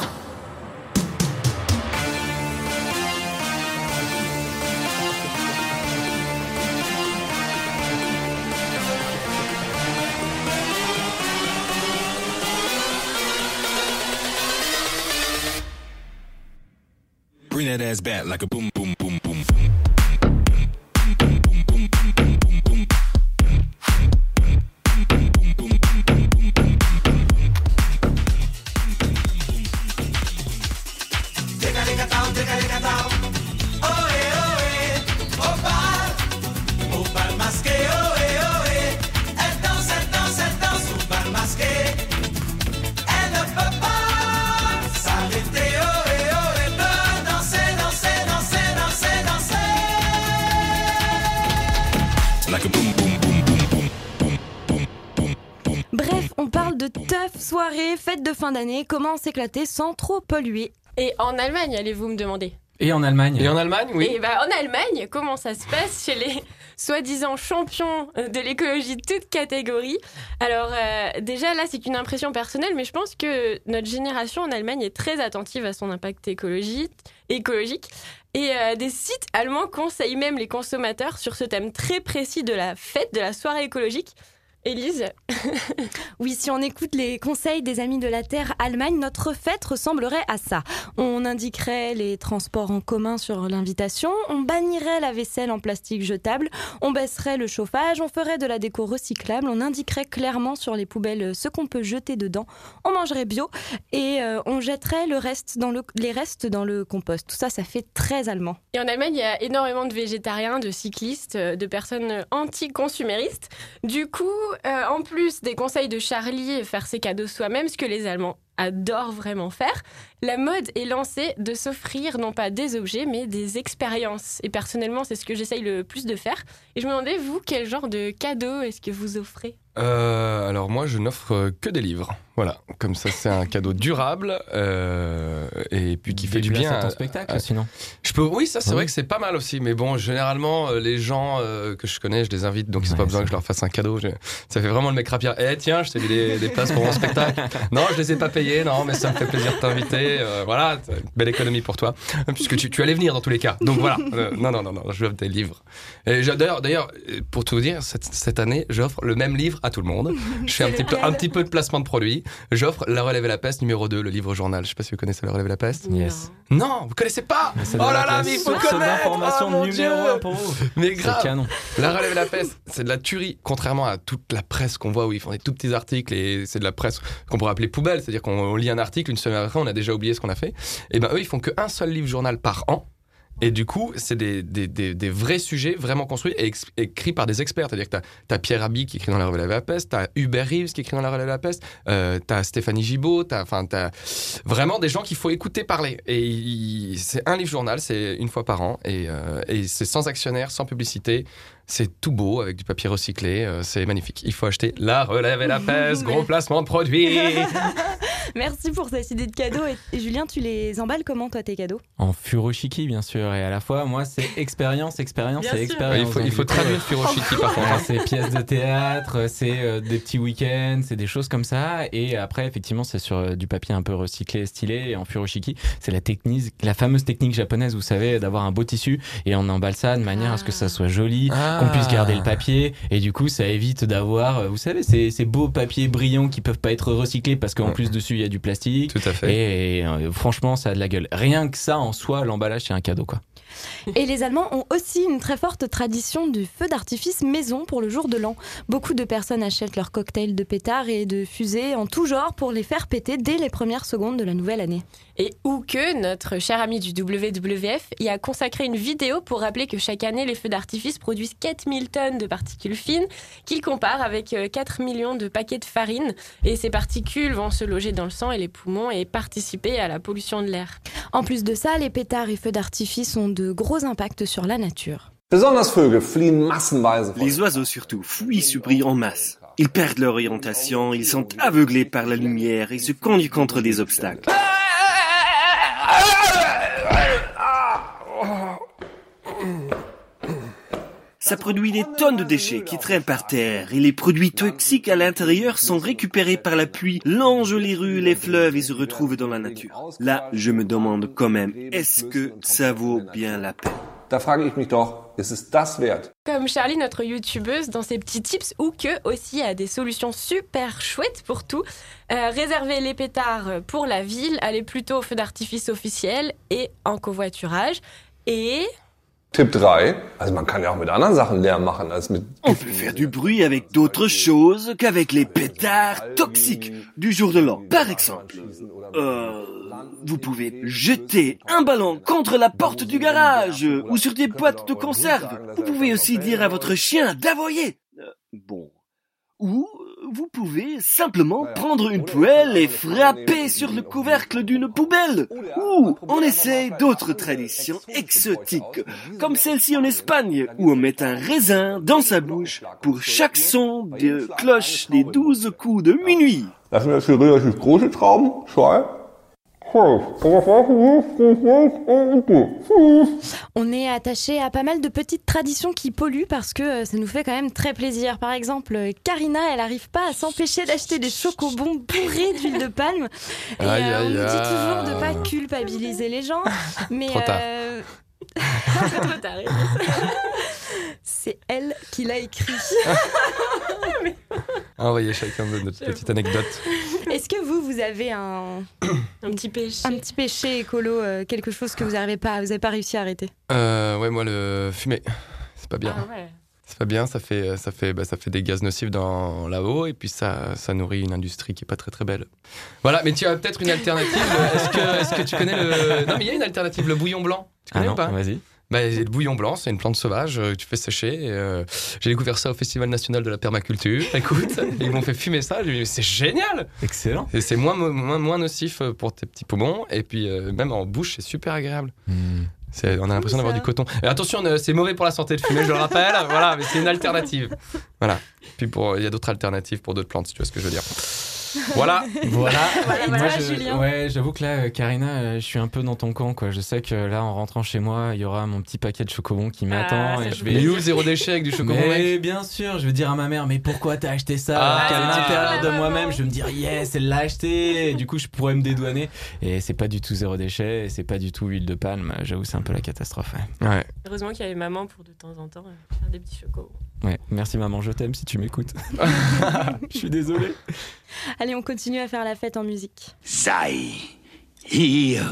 Bring that ass back like a boom, boom, boom, boom. Bref, on parle de teuf soirée, fête de fin d'année, comment s'éclater sans trop polluer. Et en Allemagne, allez-vous me demander? Et en Allemagne, oui. Et en Allemagne, comment ça se passe chez les soi-disant champions de l'écologie toutes catégories? Alors déjà là, c'est une impression personnelle, mais je pense que notre génération en Allemagne est très attentive à son impact écologique. Et des sites allemands conseillent même les consommateurs sur ce thème très précis de la fête, de la soirée écologique. Élise? Oui, si on écoute les conseils des Amis de la Terre Allemagne, notre fête ressemblerait à ça. On indiquerait les transports en commun sur l'invitation, on bannirait la vaisselle en plastique jetable, on baisserait le chauffage, on ferait de la déco recyclable, on indiquerait clairement sur les poubelles ce qu'on peut jeter dedans, on mangerait bio et on jetterait les restes dans le compost. Tout ça, ça fait très allemand. Et en Allemagne, il y a énormément de végétariens, de cyclistes, de personnes anti-consuméristes. Du coup, en plus des conseils de Charlie, faire ses cadeaux soi-même, ce que les Allemands adore vraiment faire, la mode est lancée de s'offrir non pas des objets, mais des expériences. Et personnellement, c'est ce que j'essaye le plus de faire. Et je me demandais, vous, quel genre de cadeau est-ce que vous offrez ? Alors moi, je n'offre que des livres. Voilà, comme ça, c'est un cadeau durable et puis qui fait du bien à ton spectacle, sinon. Oui, ça, c'est vrai que c'est pas mal aussi. Mais bon, généralement, les gens que je connais, je les invite, donc ils n'ont pas besoin que je leur fasse un cadeau. Ça fait vraiment le mec rapière. Tiens, je t'ai mis des places pour mon spectacle. Non, je les ai pas payées. Non, mais ça me fait plaisir de t'inviter. Voilà, belle économie pour toi, puisque tu allais venir dans tous les cas. Donc voilà. Non, je offre des livres. Et d'ailleurs, pour tout vous dire, cette année, j'offre le même livre à tout le monde. Je fais un petit peu de placement de produits. J'offre La Relève et la Peste numéro 2, le livre journal. Je sais pas si vous connaissez La Relève et la Peste. Yes. Non, vous connaissez pas. Oh là là, mais il faut connaître. D'information numéro 1 pour vous. Mais grave. C'est canon. La Relève et la Peste, c'est de la tuerie. Contrairement à toute la presse qu'on voit où ils font des tout petits articles et c'est de la presse qu'on pourrait appeler poubelle. C'est-à-dire qu'on lit un article, une semaine après, on a déjà oublié ce qu'on a fait. Et ben eux, ils font qu'un seul livre journal par an. Et du coup, c'est des vrais sujets vraiment construits et écrits par des experts. C'est-à-dire que t'as Pierre Rabhi qui écrit dans La Relève et la Peste, t'as Hubert Reeves qui écrit dans La Relève et la Peste, t'as Stéphanie Gibaud, t'as vraiment des gens qu'il faut écouter parler. Et c'est un livre journal, c'est une fois par an, et c'est sans actionnaire, sans publicité. C'est tout beau, avec du papier recyclé, c'est magnifique. Il faut acheter La Relève et la Peste, gros placement de produits. Merci pour cette idée de cadeau. Et Julien, tu les emballes comment, toi, tes cadeaux ? En furoshiki, bien sûr. Et à la fois, moi, c'est expérience et expérience. Il faut traduire furoshiki, par contre. C'est pièces de théâtre, c'est des petits week-ends, c'est des choses comme ça. Et après, effectivement, c'est sur du papier un peu recyclé, stylé. Et en furoshiki, c'est la fameuse technique japonaise, vous savez, d'avoir un beau tissu. Et on emballe ça de manière à ce que ça soit joli, qu'on puisse garder le papier. Et du coup, ça évite d'avoir, vous savez, ces beaux papiers brillants qui peuvent pas être recyclés parce qu'en plus dessus, il y a du plastique. Tout à fait. Et franchement, ça a de la gueule. Rien que ça, en soi, l'emballage, c'est un cadeau, quoi. Et les Allemands ont aussi une très forte tradition du feu d'artifice maison pour le jour de l'an. Beaucoup de personnes achètent leurs cocktails de pétards et de fusées en tout genre pour les faire péter dès les premières secondes de la nouvelle année. Et où que notre cher ami du WWF y a consacré une vidéo pour rappeler que chaque année, les feux d'artifice produisent 4000 tonnes de particules fines qu'il compare avec 4 millions de paquets de farine. Et ces particules vont se loger dans le sang et les poumons et participer à la pollution de l'air. En plus de ça, les pétards et feux d'artifice ont de gros impacts sur la nature. Les oiseaux surtout fuient ce bruit en masse. Ils perdent leur orientation, ils sont aveuglés par la lumière et se conduisent contre des obstacles. Ça produit des tonnes de déchets qui traînent par terre et les produits toxiques à l'intérieur sont récupérés par la pluie, longent les rues, les fleuves et se retrouvent dans la nature. Là, je me demande quand même, est-ce que ça vaut bien la peine ? Comme Charlie, notre youtubeuse, dans ses petits tips, ou que aussi a des solutions super chouettes pour tout. Réserver les pétards pour la ville, aller plutôt au feu d'artifice officiel et en covoiturage. Et... Tipp 3, man kann ja auch mit anderen Sachen Lärm machen als mit... On peut faire du bruit avec d'autres choses qu'avec les pétards toxiques du jour de l'an. Par exemple, vous pouvez jeter un ballon contre la porte du garage ou sur des boîtes de conserve. Vous pouvez aussi dire à votre chien d'aboyer. Ou vous pouvez simplement prendre une poêle et frapper sur le couvercle d'une poubelle. Ou on essaie d'autres traditions exotiques, comme celle-ci en Espagne, où on met un raisin dans sa bouche pour chaque son de cloche des 12 coups de minuit. On est attaché à pas mal de petites traditions qui polluent parce que ça nous fait quand même très plaisir. Par exemple, Karina, elle n'arrive pas à s'empêcher d'acheter des chocobons bourrés d'huile de palme. Et on nous dit toujours de ne pas culpabiliser les gens. Mais trop tard. Trop tard. C'est elle qui l'a écrit. Envoyez chacun de notre petite anecdote. Est-ce que vous avez un petit péché, écolo, quelque chose que vous n'avez pas réussi à arrêter? Ouais, moi le fumer, c'est pas bien. Ah ouais. C'est pas bien, ça fait des gaz nocifs dans là-haut et puis ça nourrit une industrie qui est pas très très belle. Voilà, mais tu as peut-être une alternative. Est-ce que tu connais le... Non, mais il y a une alternative, le bouillon blanc. Tu connais ou pas? Vas-y. Le bouillon blanc, c'est une plante sauvage que tu fais sécher. J'ai découvert ça au Festival national de la permaculture. Écoute, ils m'ont fait fumer ça. J'ai dit, mais c'est génial! Excellent. Et c'est moins nocif pour tes petits poumons. Et puis, même en bouche, c'est super agréable. On a l'impression d'avoir du coton. Et attention, c'est mauvais pour la santé de fumer, je le rappelle. Voilà, mais c'est une alternative. Voilà. Puis il y a d'autres alternatives pour d'autres plantes, si tu vois ce que je veux dire. Voilà. Et Moi, Julien. Ouais, j'avoue que là, Karina, je suis un peu dans ton camp, quoi. Je sais que là, en rentrant chez moi, il y aura mon petit paquet de chocobons qui m'attend. Et je vais... Mais où le zéro déchet avec du chocobon, mais bien sûr, je vais dire à ma mère, mais pourquoi t'as acheté ça? À l'intérieur de moi-même, je vais me dire, yes, elle l'a acheté. Et du coup, je pourrais me dédouaner. Et c'est pas du tout zéro déchet, et c'est pas du tout huile de palme. J'avoue, c'est un peu la catastrophe. Ouais. Heureusement qu'il y avait maman pour de temps en temps faire des petits chocos. Ouais, merci maman, je t'aime si tu m'écoutes. Je suis désolé. Allez, on continue à faire la fête en musique. Sei hier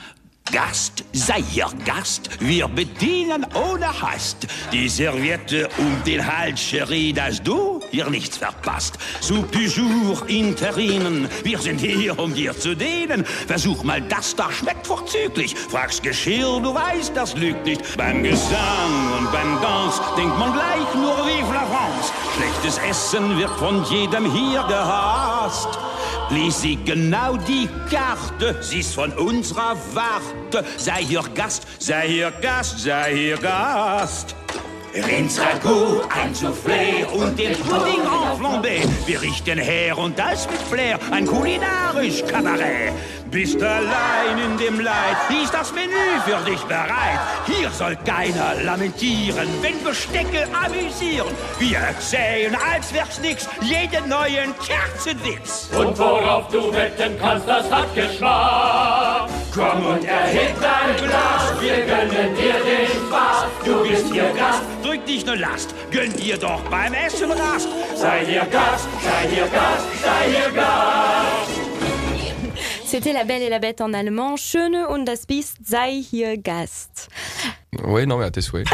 Gast, sei hier Gast, wir bedienen ohne Hast. Die Serviette den Hals, Cherie, dass du hier nichts verpasst. Soup du jour in Terrinen, wir sind hier, dir zu dienen. Versuch mal, das da schmeckt vorzüglich. Fragst Geschirr, du weißt, das lügt nicht. Beim Gesang und beim Dance denkt man gleich nur Vive la France. Schlechtes Essen wird von jedem hier gehasst. Lies sie genau die Karte, sie ist von unserer Warte. Sei hier Gast, sei hier Gast, sei hier Gast. Rindsragout, ein Soufflé und den Pudding en flambé. Wir richten her und das mit Flair, ein kulinarisch Kabarett. Bist allein in dem Leid, ist das Menü für dich bereit. Hier soll keiner lamentieren, wenn Bestecke amüsieren. Wir erzählen, als wär's nix, jeden neuen Kerzenwitz. Und worauf du wetten kannst, das hat Geschmack. Komm und erheb dein Glas, wir gönnen dir den Spaß. Du bist hier Gast. Drück dich ne Last, gönn dir doch beim Essen Rast. Sei hier Gast, sei hier Gast, sei hier Gast. C'était La Belle et la Bête en allemand. Schöne und das Biest sei hier Gast. Oui, non, mais à tes souhaits.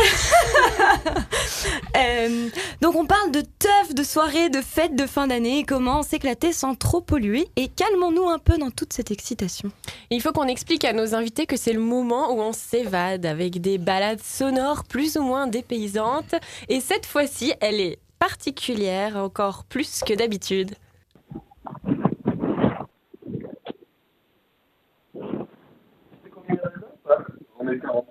Donc on parle de teuf, de soirées, de fêtes de fin d'année, comment s'éclater sans trop polluer, et calmons-nous un peu dans toute cette excitation. Il faut qu'on explique à nos invités que c'est le moment où on s'évade avec des balades sonores plus ou moins dépaysantes, et cette fois-ci, elle est particulière encore plus que d'habitude. On est 40.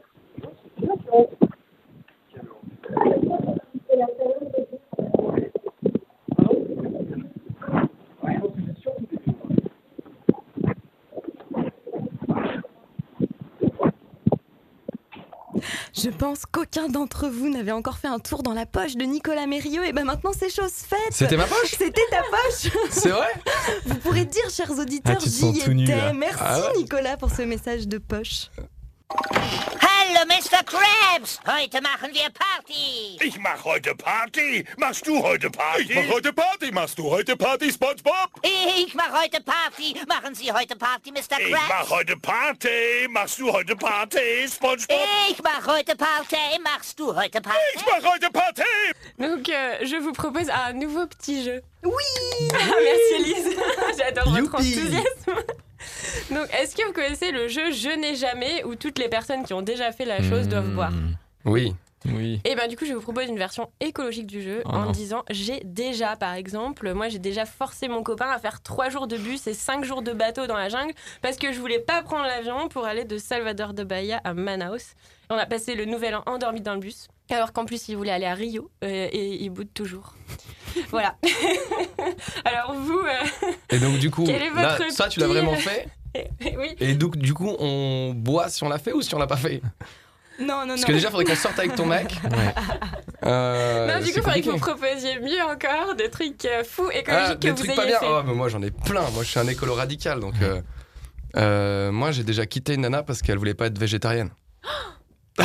Je pense qu'aucun d'entre vous n'avait encore fait un tour dans la poche de Nicolas Mérieux, et ben maintenant c'est chose faite. C'était ma poche ? C'était ta poche. C'est vrai ? Vous pourrez dire, chers auditeurs, j'y étais. Merci Nicolas pour ce message de poche. Hallo, Mr. Krabs! Heute machen wir Party! Ich mach heute Party! Machst du heute Party? Ich mach heute Party! Machst du heute Party, SpongeBob? Ich mach heute Party! Machen Sie heute Party, Mr. Krabs? Ich mach heute Party! Machst du heute Party, SpongeBob? Ich mach heute Party! Machst du heute Party? Ich mach heute Party! Donc, je vous propose un nouveau petit jeu. Oui! Merci Elise! J'adore votre enthousiasme! Donc, est-ce que vous connaissez le jeu Je n'ai jamais, où toutes les personnes qui ont déjà fait la chose doivent boire? Oui. Et ben du coup, je vous propose une version écologique du jeu en disant j'ai déjà, par exemple, moi j'ai déjà forcé mon copain à faire 3 jours de bus et 5 jours de bateau dans la jungle parce que je voulais pas prendre l'avion pour aller de Salvador de Bahia à Manaus. On a passé le nouvel an endormi dans le bus, alors qu'en plus il voulait aller à Rio et il boude toujours. Voilà. Alors vous... Et donc du coup, là, ça tu l'as vraiment fait? Oui. Et donc du coup, on boit si on l'a fait ou si on l'a pas fait? Non. Parce que déjà, il faudrait qu'on sorte avec ton mec. Non, du coup, il faudrait que vous proposiez mieux encore des trucs fous écologiques que vous ayez pas bien. fait. Oh, mais moi, j'en ai plein. Moi, je suis un écolo radical. Donc, moi, j'ai déjà quitté une nana parce qu'elle voulait pas être végétarienne. Non.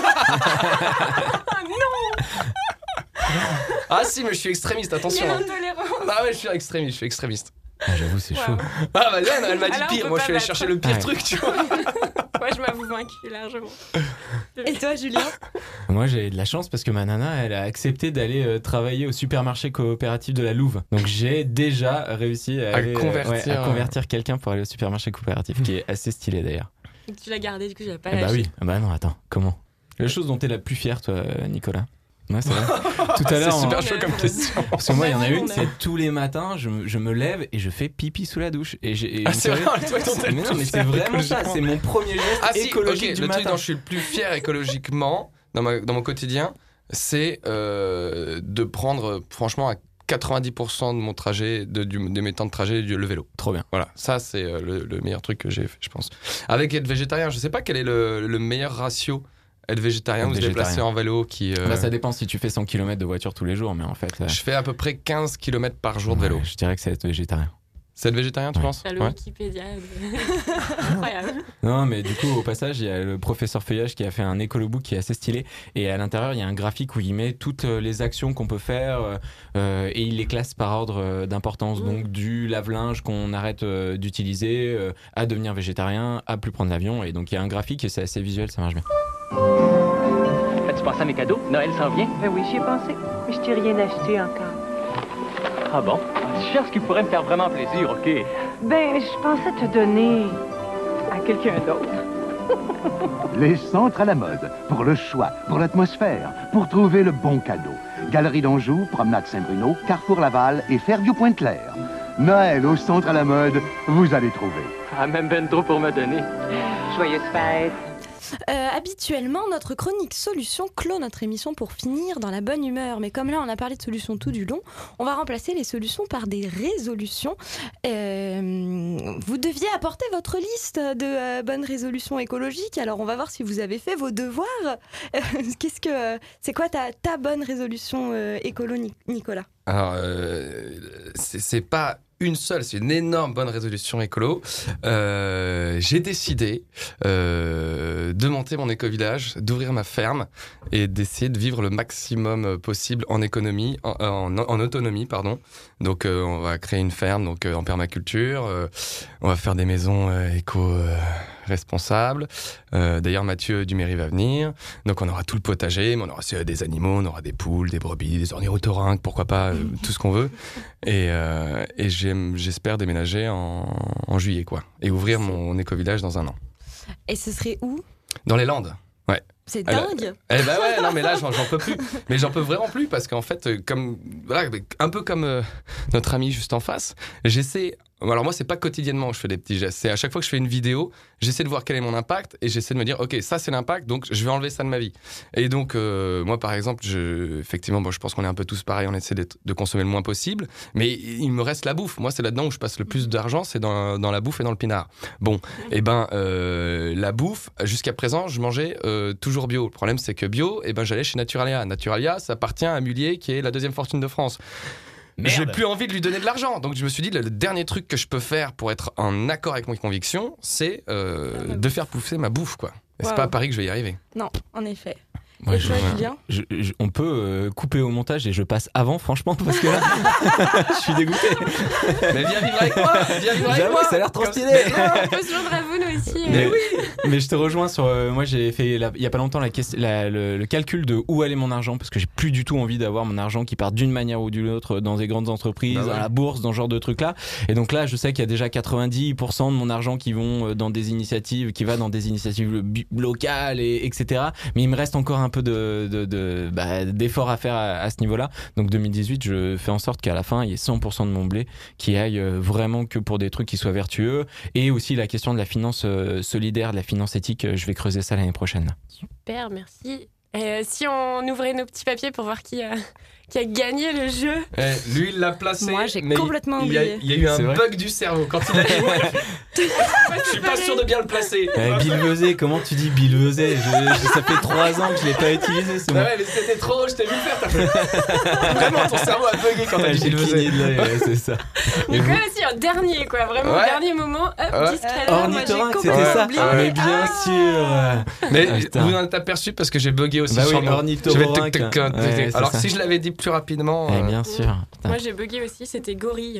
Ah si, mais je suis extrémiste, attention. Il y a l'intolérance. Ah ouais, je suis extrémiste. Ah, j'avoue, c'est chaud. Ah bah Diane, elle m'a dit Alors, pire. Moi, je suis allé chercher le pire truc, tu vois. Moi, je m'avoue vaincu largement. Et toi, Julien? Moi, j'ai de la chance parce que ma nana, elle a accepté d'aller travailler au supermarché coopératif de la Louve. Donc, j'ai déjà réussi à convertir quelqu'un pour aller au supermarché coopératif, qui est assez stylé d'ailleurs. Tu l'as gardé, du coup, je l'ai pas Bah lâché. oui. Bah non, attends, comment? La chose dont t'es la plus fière, toi, Nicolas? Ouais, c'est vrai. Tout à l'heure, c'est super chaud comme question. Parce que moi, il y en a une, c'est tous les matins, je me lève et je fais pipi sous la douche. C'est vrai, toi, mais c'est vraiment ça. C'est mon premier geste écologique du le matin. truc dont je suis le plus fier écologiquement dans mon quotidien, c'est de prendre, franchement, à 90% de mon trajet, de mes temps de trajet, le vélo. Trop bien. Voilà, ça c'est le meilleur truc que j'ai fait, je pense. Avec être végétarien, je sais pas quel est le meilleur ratio. Être végétarien ou se déplacer en vélo ça dépend si tu fais 100 km de voiture tous les jours, mais en fait... Je fais à peu près 15 km par jour de vélo. Je dirais que c'est être végétarien. C'est être végétarien, tu penses? Le Wikipédia. Incroyable. Non, mais du coup, au passage, il y a le professeur Feuillage qui a fait un écolobook qui est assez stylé. Et à l'intérieur, il y a un graphique où il met toutes les actions qu'on peut faire et il les classe par ordre d'importance. Donc, du lave-linge qu'on arrête d'utiliser à devenir végétarien, à plus prendre l'avion. Et donc, il y a un graphique et c'est assez visuel, ça marche bien. As-tu pensé à mes cadeaux? Noël s'en vient? Ben oui, j'y ai pensé, mais je t'ai rien acheté encore. Ah bon? Tu cherches ce qui pourrait me faire vraiment plaisir, ok? Ben, je pensais te donner à quelqu'un d'autre. Les centres à la mode, pour le choix, pour l'atmosphère, pour trouver le bon cadeau. Galerie d'Anjou, Promenade Saint-Bruno, Carrefour Laval et Fairview-Pointe-Claire. Noël au centre à la mode, vous allez trouver. Ah, même ben trop pour me donner. Joyeuses fêtes. Habituellement, notre chronique solution clôt notre émission pour finir dans la bonne humeur. Mais comme là, on a parlé de solutions tout du long, on va remplacer les solutions par des résolutions. Vous deviez apporter votre liste de bonnes résolutions écologiques. Alors, on va voir si vous avez fait vos devoirs. C'est quoi ta bonne résolution écolo, Nicolas? Alors, c'est pas une seule, c'est une énorme bonne résolution écolo. J'ai décidé de monter mon éco-village, d'ouvrir ma ferme et d'essayer de vivre le maximum possible en économie, en autonomie, pardon. Donc, on va créer une ferme donc en permaculture. On va faire des maisons éco-responsables. D'ailleurs, Mathieu Duméry va venir. Donc, on aura tout le potager, mais on aura aussi des animaux, on aura des poules, des brebis, des ornithorynques, pourquoi pas, tout ce qu'on veut. Et j'espère déménager en juillet, quoi. Et ouvrir mon éco-village dans 1 an. Et ce serait où? Dans les Landes, ouais. C'est dingue. Eh ben ouais, non mais là j'en peux plus. Mais j'en peux vraiment plus parce qu'en fait, un peu comme notre ami juste en face, j'essaie. Alors moi c'est pas quotidiennement que je fais des petits gestes, c'est à chaque fois que je fais une vidéo, j'essaie de voir quel est mon impact et j'essaie de me dire ok ça c'est l'impact donc je vais enlever ça de ma vie. Et donc moi par exemple, effectivement je pense qu'on est un peu tous pareils, on essaie de consommer le moins possible, mais il me reste la bouffe. Moi c'est là-dedans où je passe le plus d'argent, c'est dans la bouffe et dans le pinard. Bon, et la bouffe jusqu'à présent je mangeais toujours bio. Le problème c'est que bio, j'allais chez Naturalia. Naturalia ça appartient à Mullier qui est la 2e fortune de France. J'ai plus envie de lui donner de l'argent. Donc je me suis dit, le dernier truc que je peux faire pour être en accord avec mes convictions, c'est de faire pousser ma bouffe, quoi. Et c'est pas à Paris que je vais y arriver. Non, en effet. Ouais, et toi, Julien on peut couper au montage et je passe avant, franchement, parce que là, je suis dégoûté. Mais viens vivre avec moi. J'avoue, ça a l'air trop stylé. On peut se joindre à vous, nous aussi. Mais oui. Mais je te rejoins sur. Moi, j'ai fait il y a pas longtemps le calcul de où allait mon argent, parce que j'ai plus du tout envie d'avoir mon argent qui part d'une manière ou d'une autre dans des grandes entreprises, à la bourse, dans ce genre de trucs-là. Et donc là, je sais qu'il y a déjà 90% de mon argent qui va dans des initiatives locales, etc. Mais il me reste encore un peu d'efforts à faire à ce niveau-là. Donc 2018, je fais en sorte qu'à la fin, il y ait 100% de mon blé qui aille vraiment que pour des trucs qui soient vertueux. Et aussi la question de la finance solidaire, de la finance éthique, je vais creuser ça l'année prochaine. Super, merci. Et si on ouvrait nos petits papiers pour voir qui a gagné le jeu. Lui, il l'a placé. Moi, j'ai complètement oublié. Il y a eu un bug du cerveau quand il a joué. Je suis pas sûr de bien le placer. Bilvezé, comment tu dis Bilvezé? Ça fait 3 ans que je l'ai pas utilisé ce mot. Ouais, mais c'était trop, je t'ai vu le faire. Vraiment, ton cerveau a bugué quand t'as dit Bilvezé. C'est ça. Et quoi aussi, un dernier, quoi. Vraiment, au dernier moment, discret. Ornithorynque, c'était ça. Mais bien sûr. Mais vous en êtes aperçu parce que j'ai bugué aussi. Bah oui, ornithorynque. Alors si je l'avais dit plus rapidement. Bien sûr. Putain. Moi j'ai bugué aussi, c'était gorille.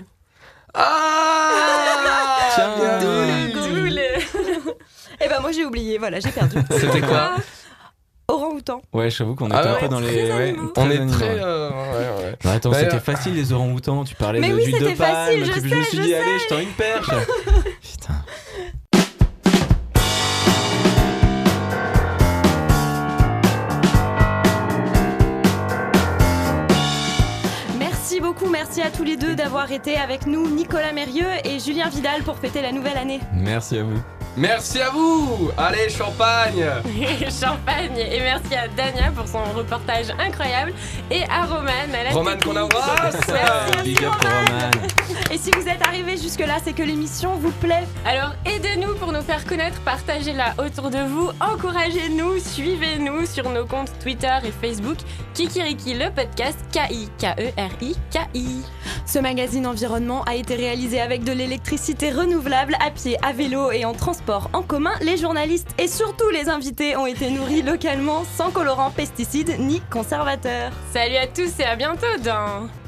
Tiens, Doule. Et moi j'ai oublié, voilà, j'ai perdu. C'était quoi? Orang-outan. Ouais, j'avoue qu'on était un peu dans les. On est très. Bah, attends, c'était facile les orang-outans. Tu parlais mais d'huile de palme. Je me suis dit, allez, je tends une perche. Putain. beaucoup, merci à tous les deux d'avoir été avec nous, Nicolas Mérieux et Julien Vidal, pour fêter la nouvelle année. Merci à vous. Merci à vous. Allez, champagne. Champagne. Et merci à Dania pour son reportage incroyable. Et à Roman à la Roman qu'on embrasse. Big up pour Roman. Et si vous êtes arrivés jusque-là, c'est que l'émission vous plaît. Alors aidez-nous pour nous faire connaître, partagez-la autour de vous, encouragez-nous, suivez-nous sur nos comptes Twitter et Facebook. Kikiriki le podcast, K-I-K-E-R-I-K-I. Ce magazine environnement a été réalisé avec de l'électricité renouvelable, à pied, à vélo et en transport en commun. Les journalistes et surtout les invités ont été nourris localement, sans colorants, pesticides ni conservateurs. Salut à tous et à bientôt dans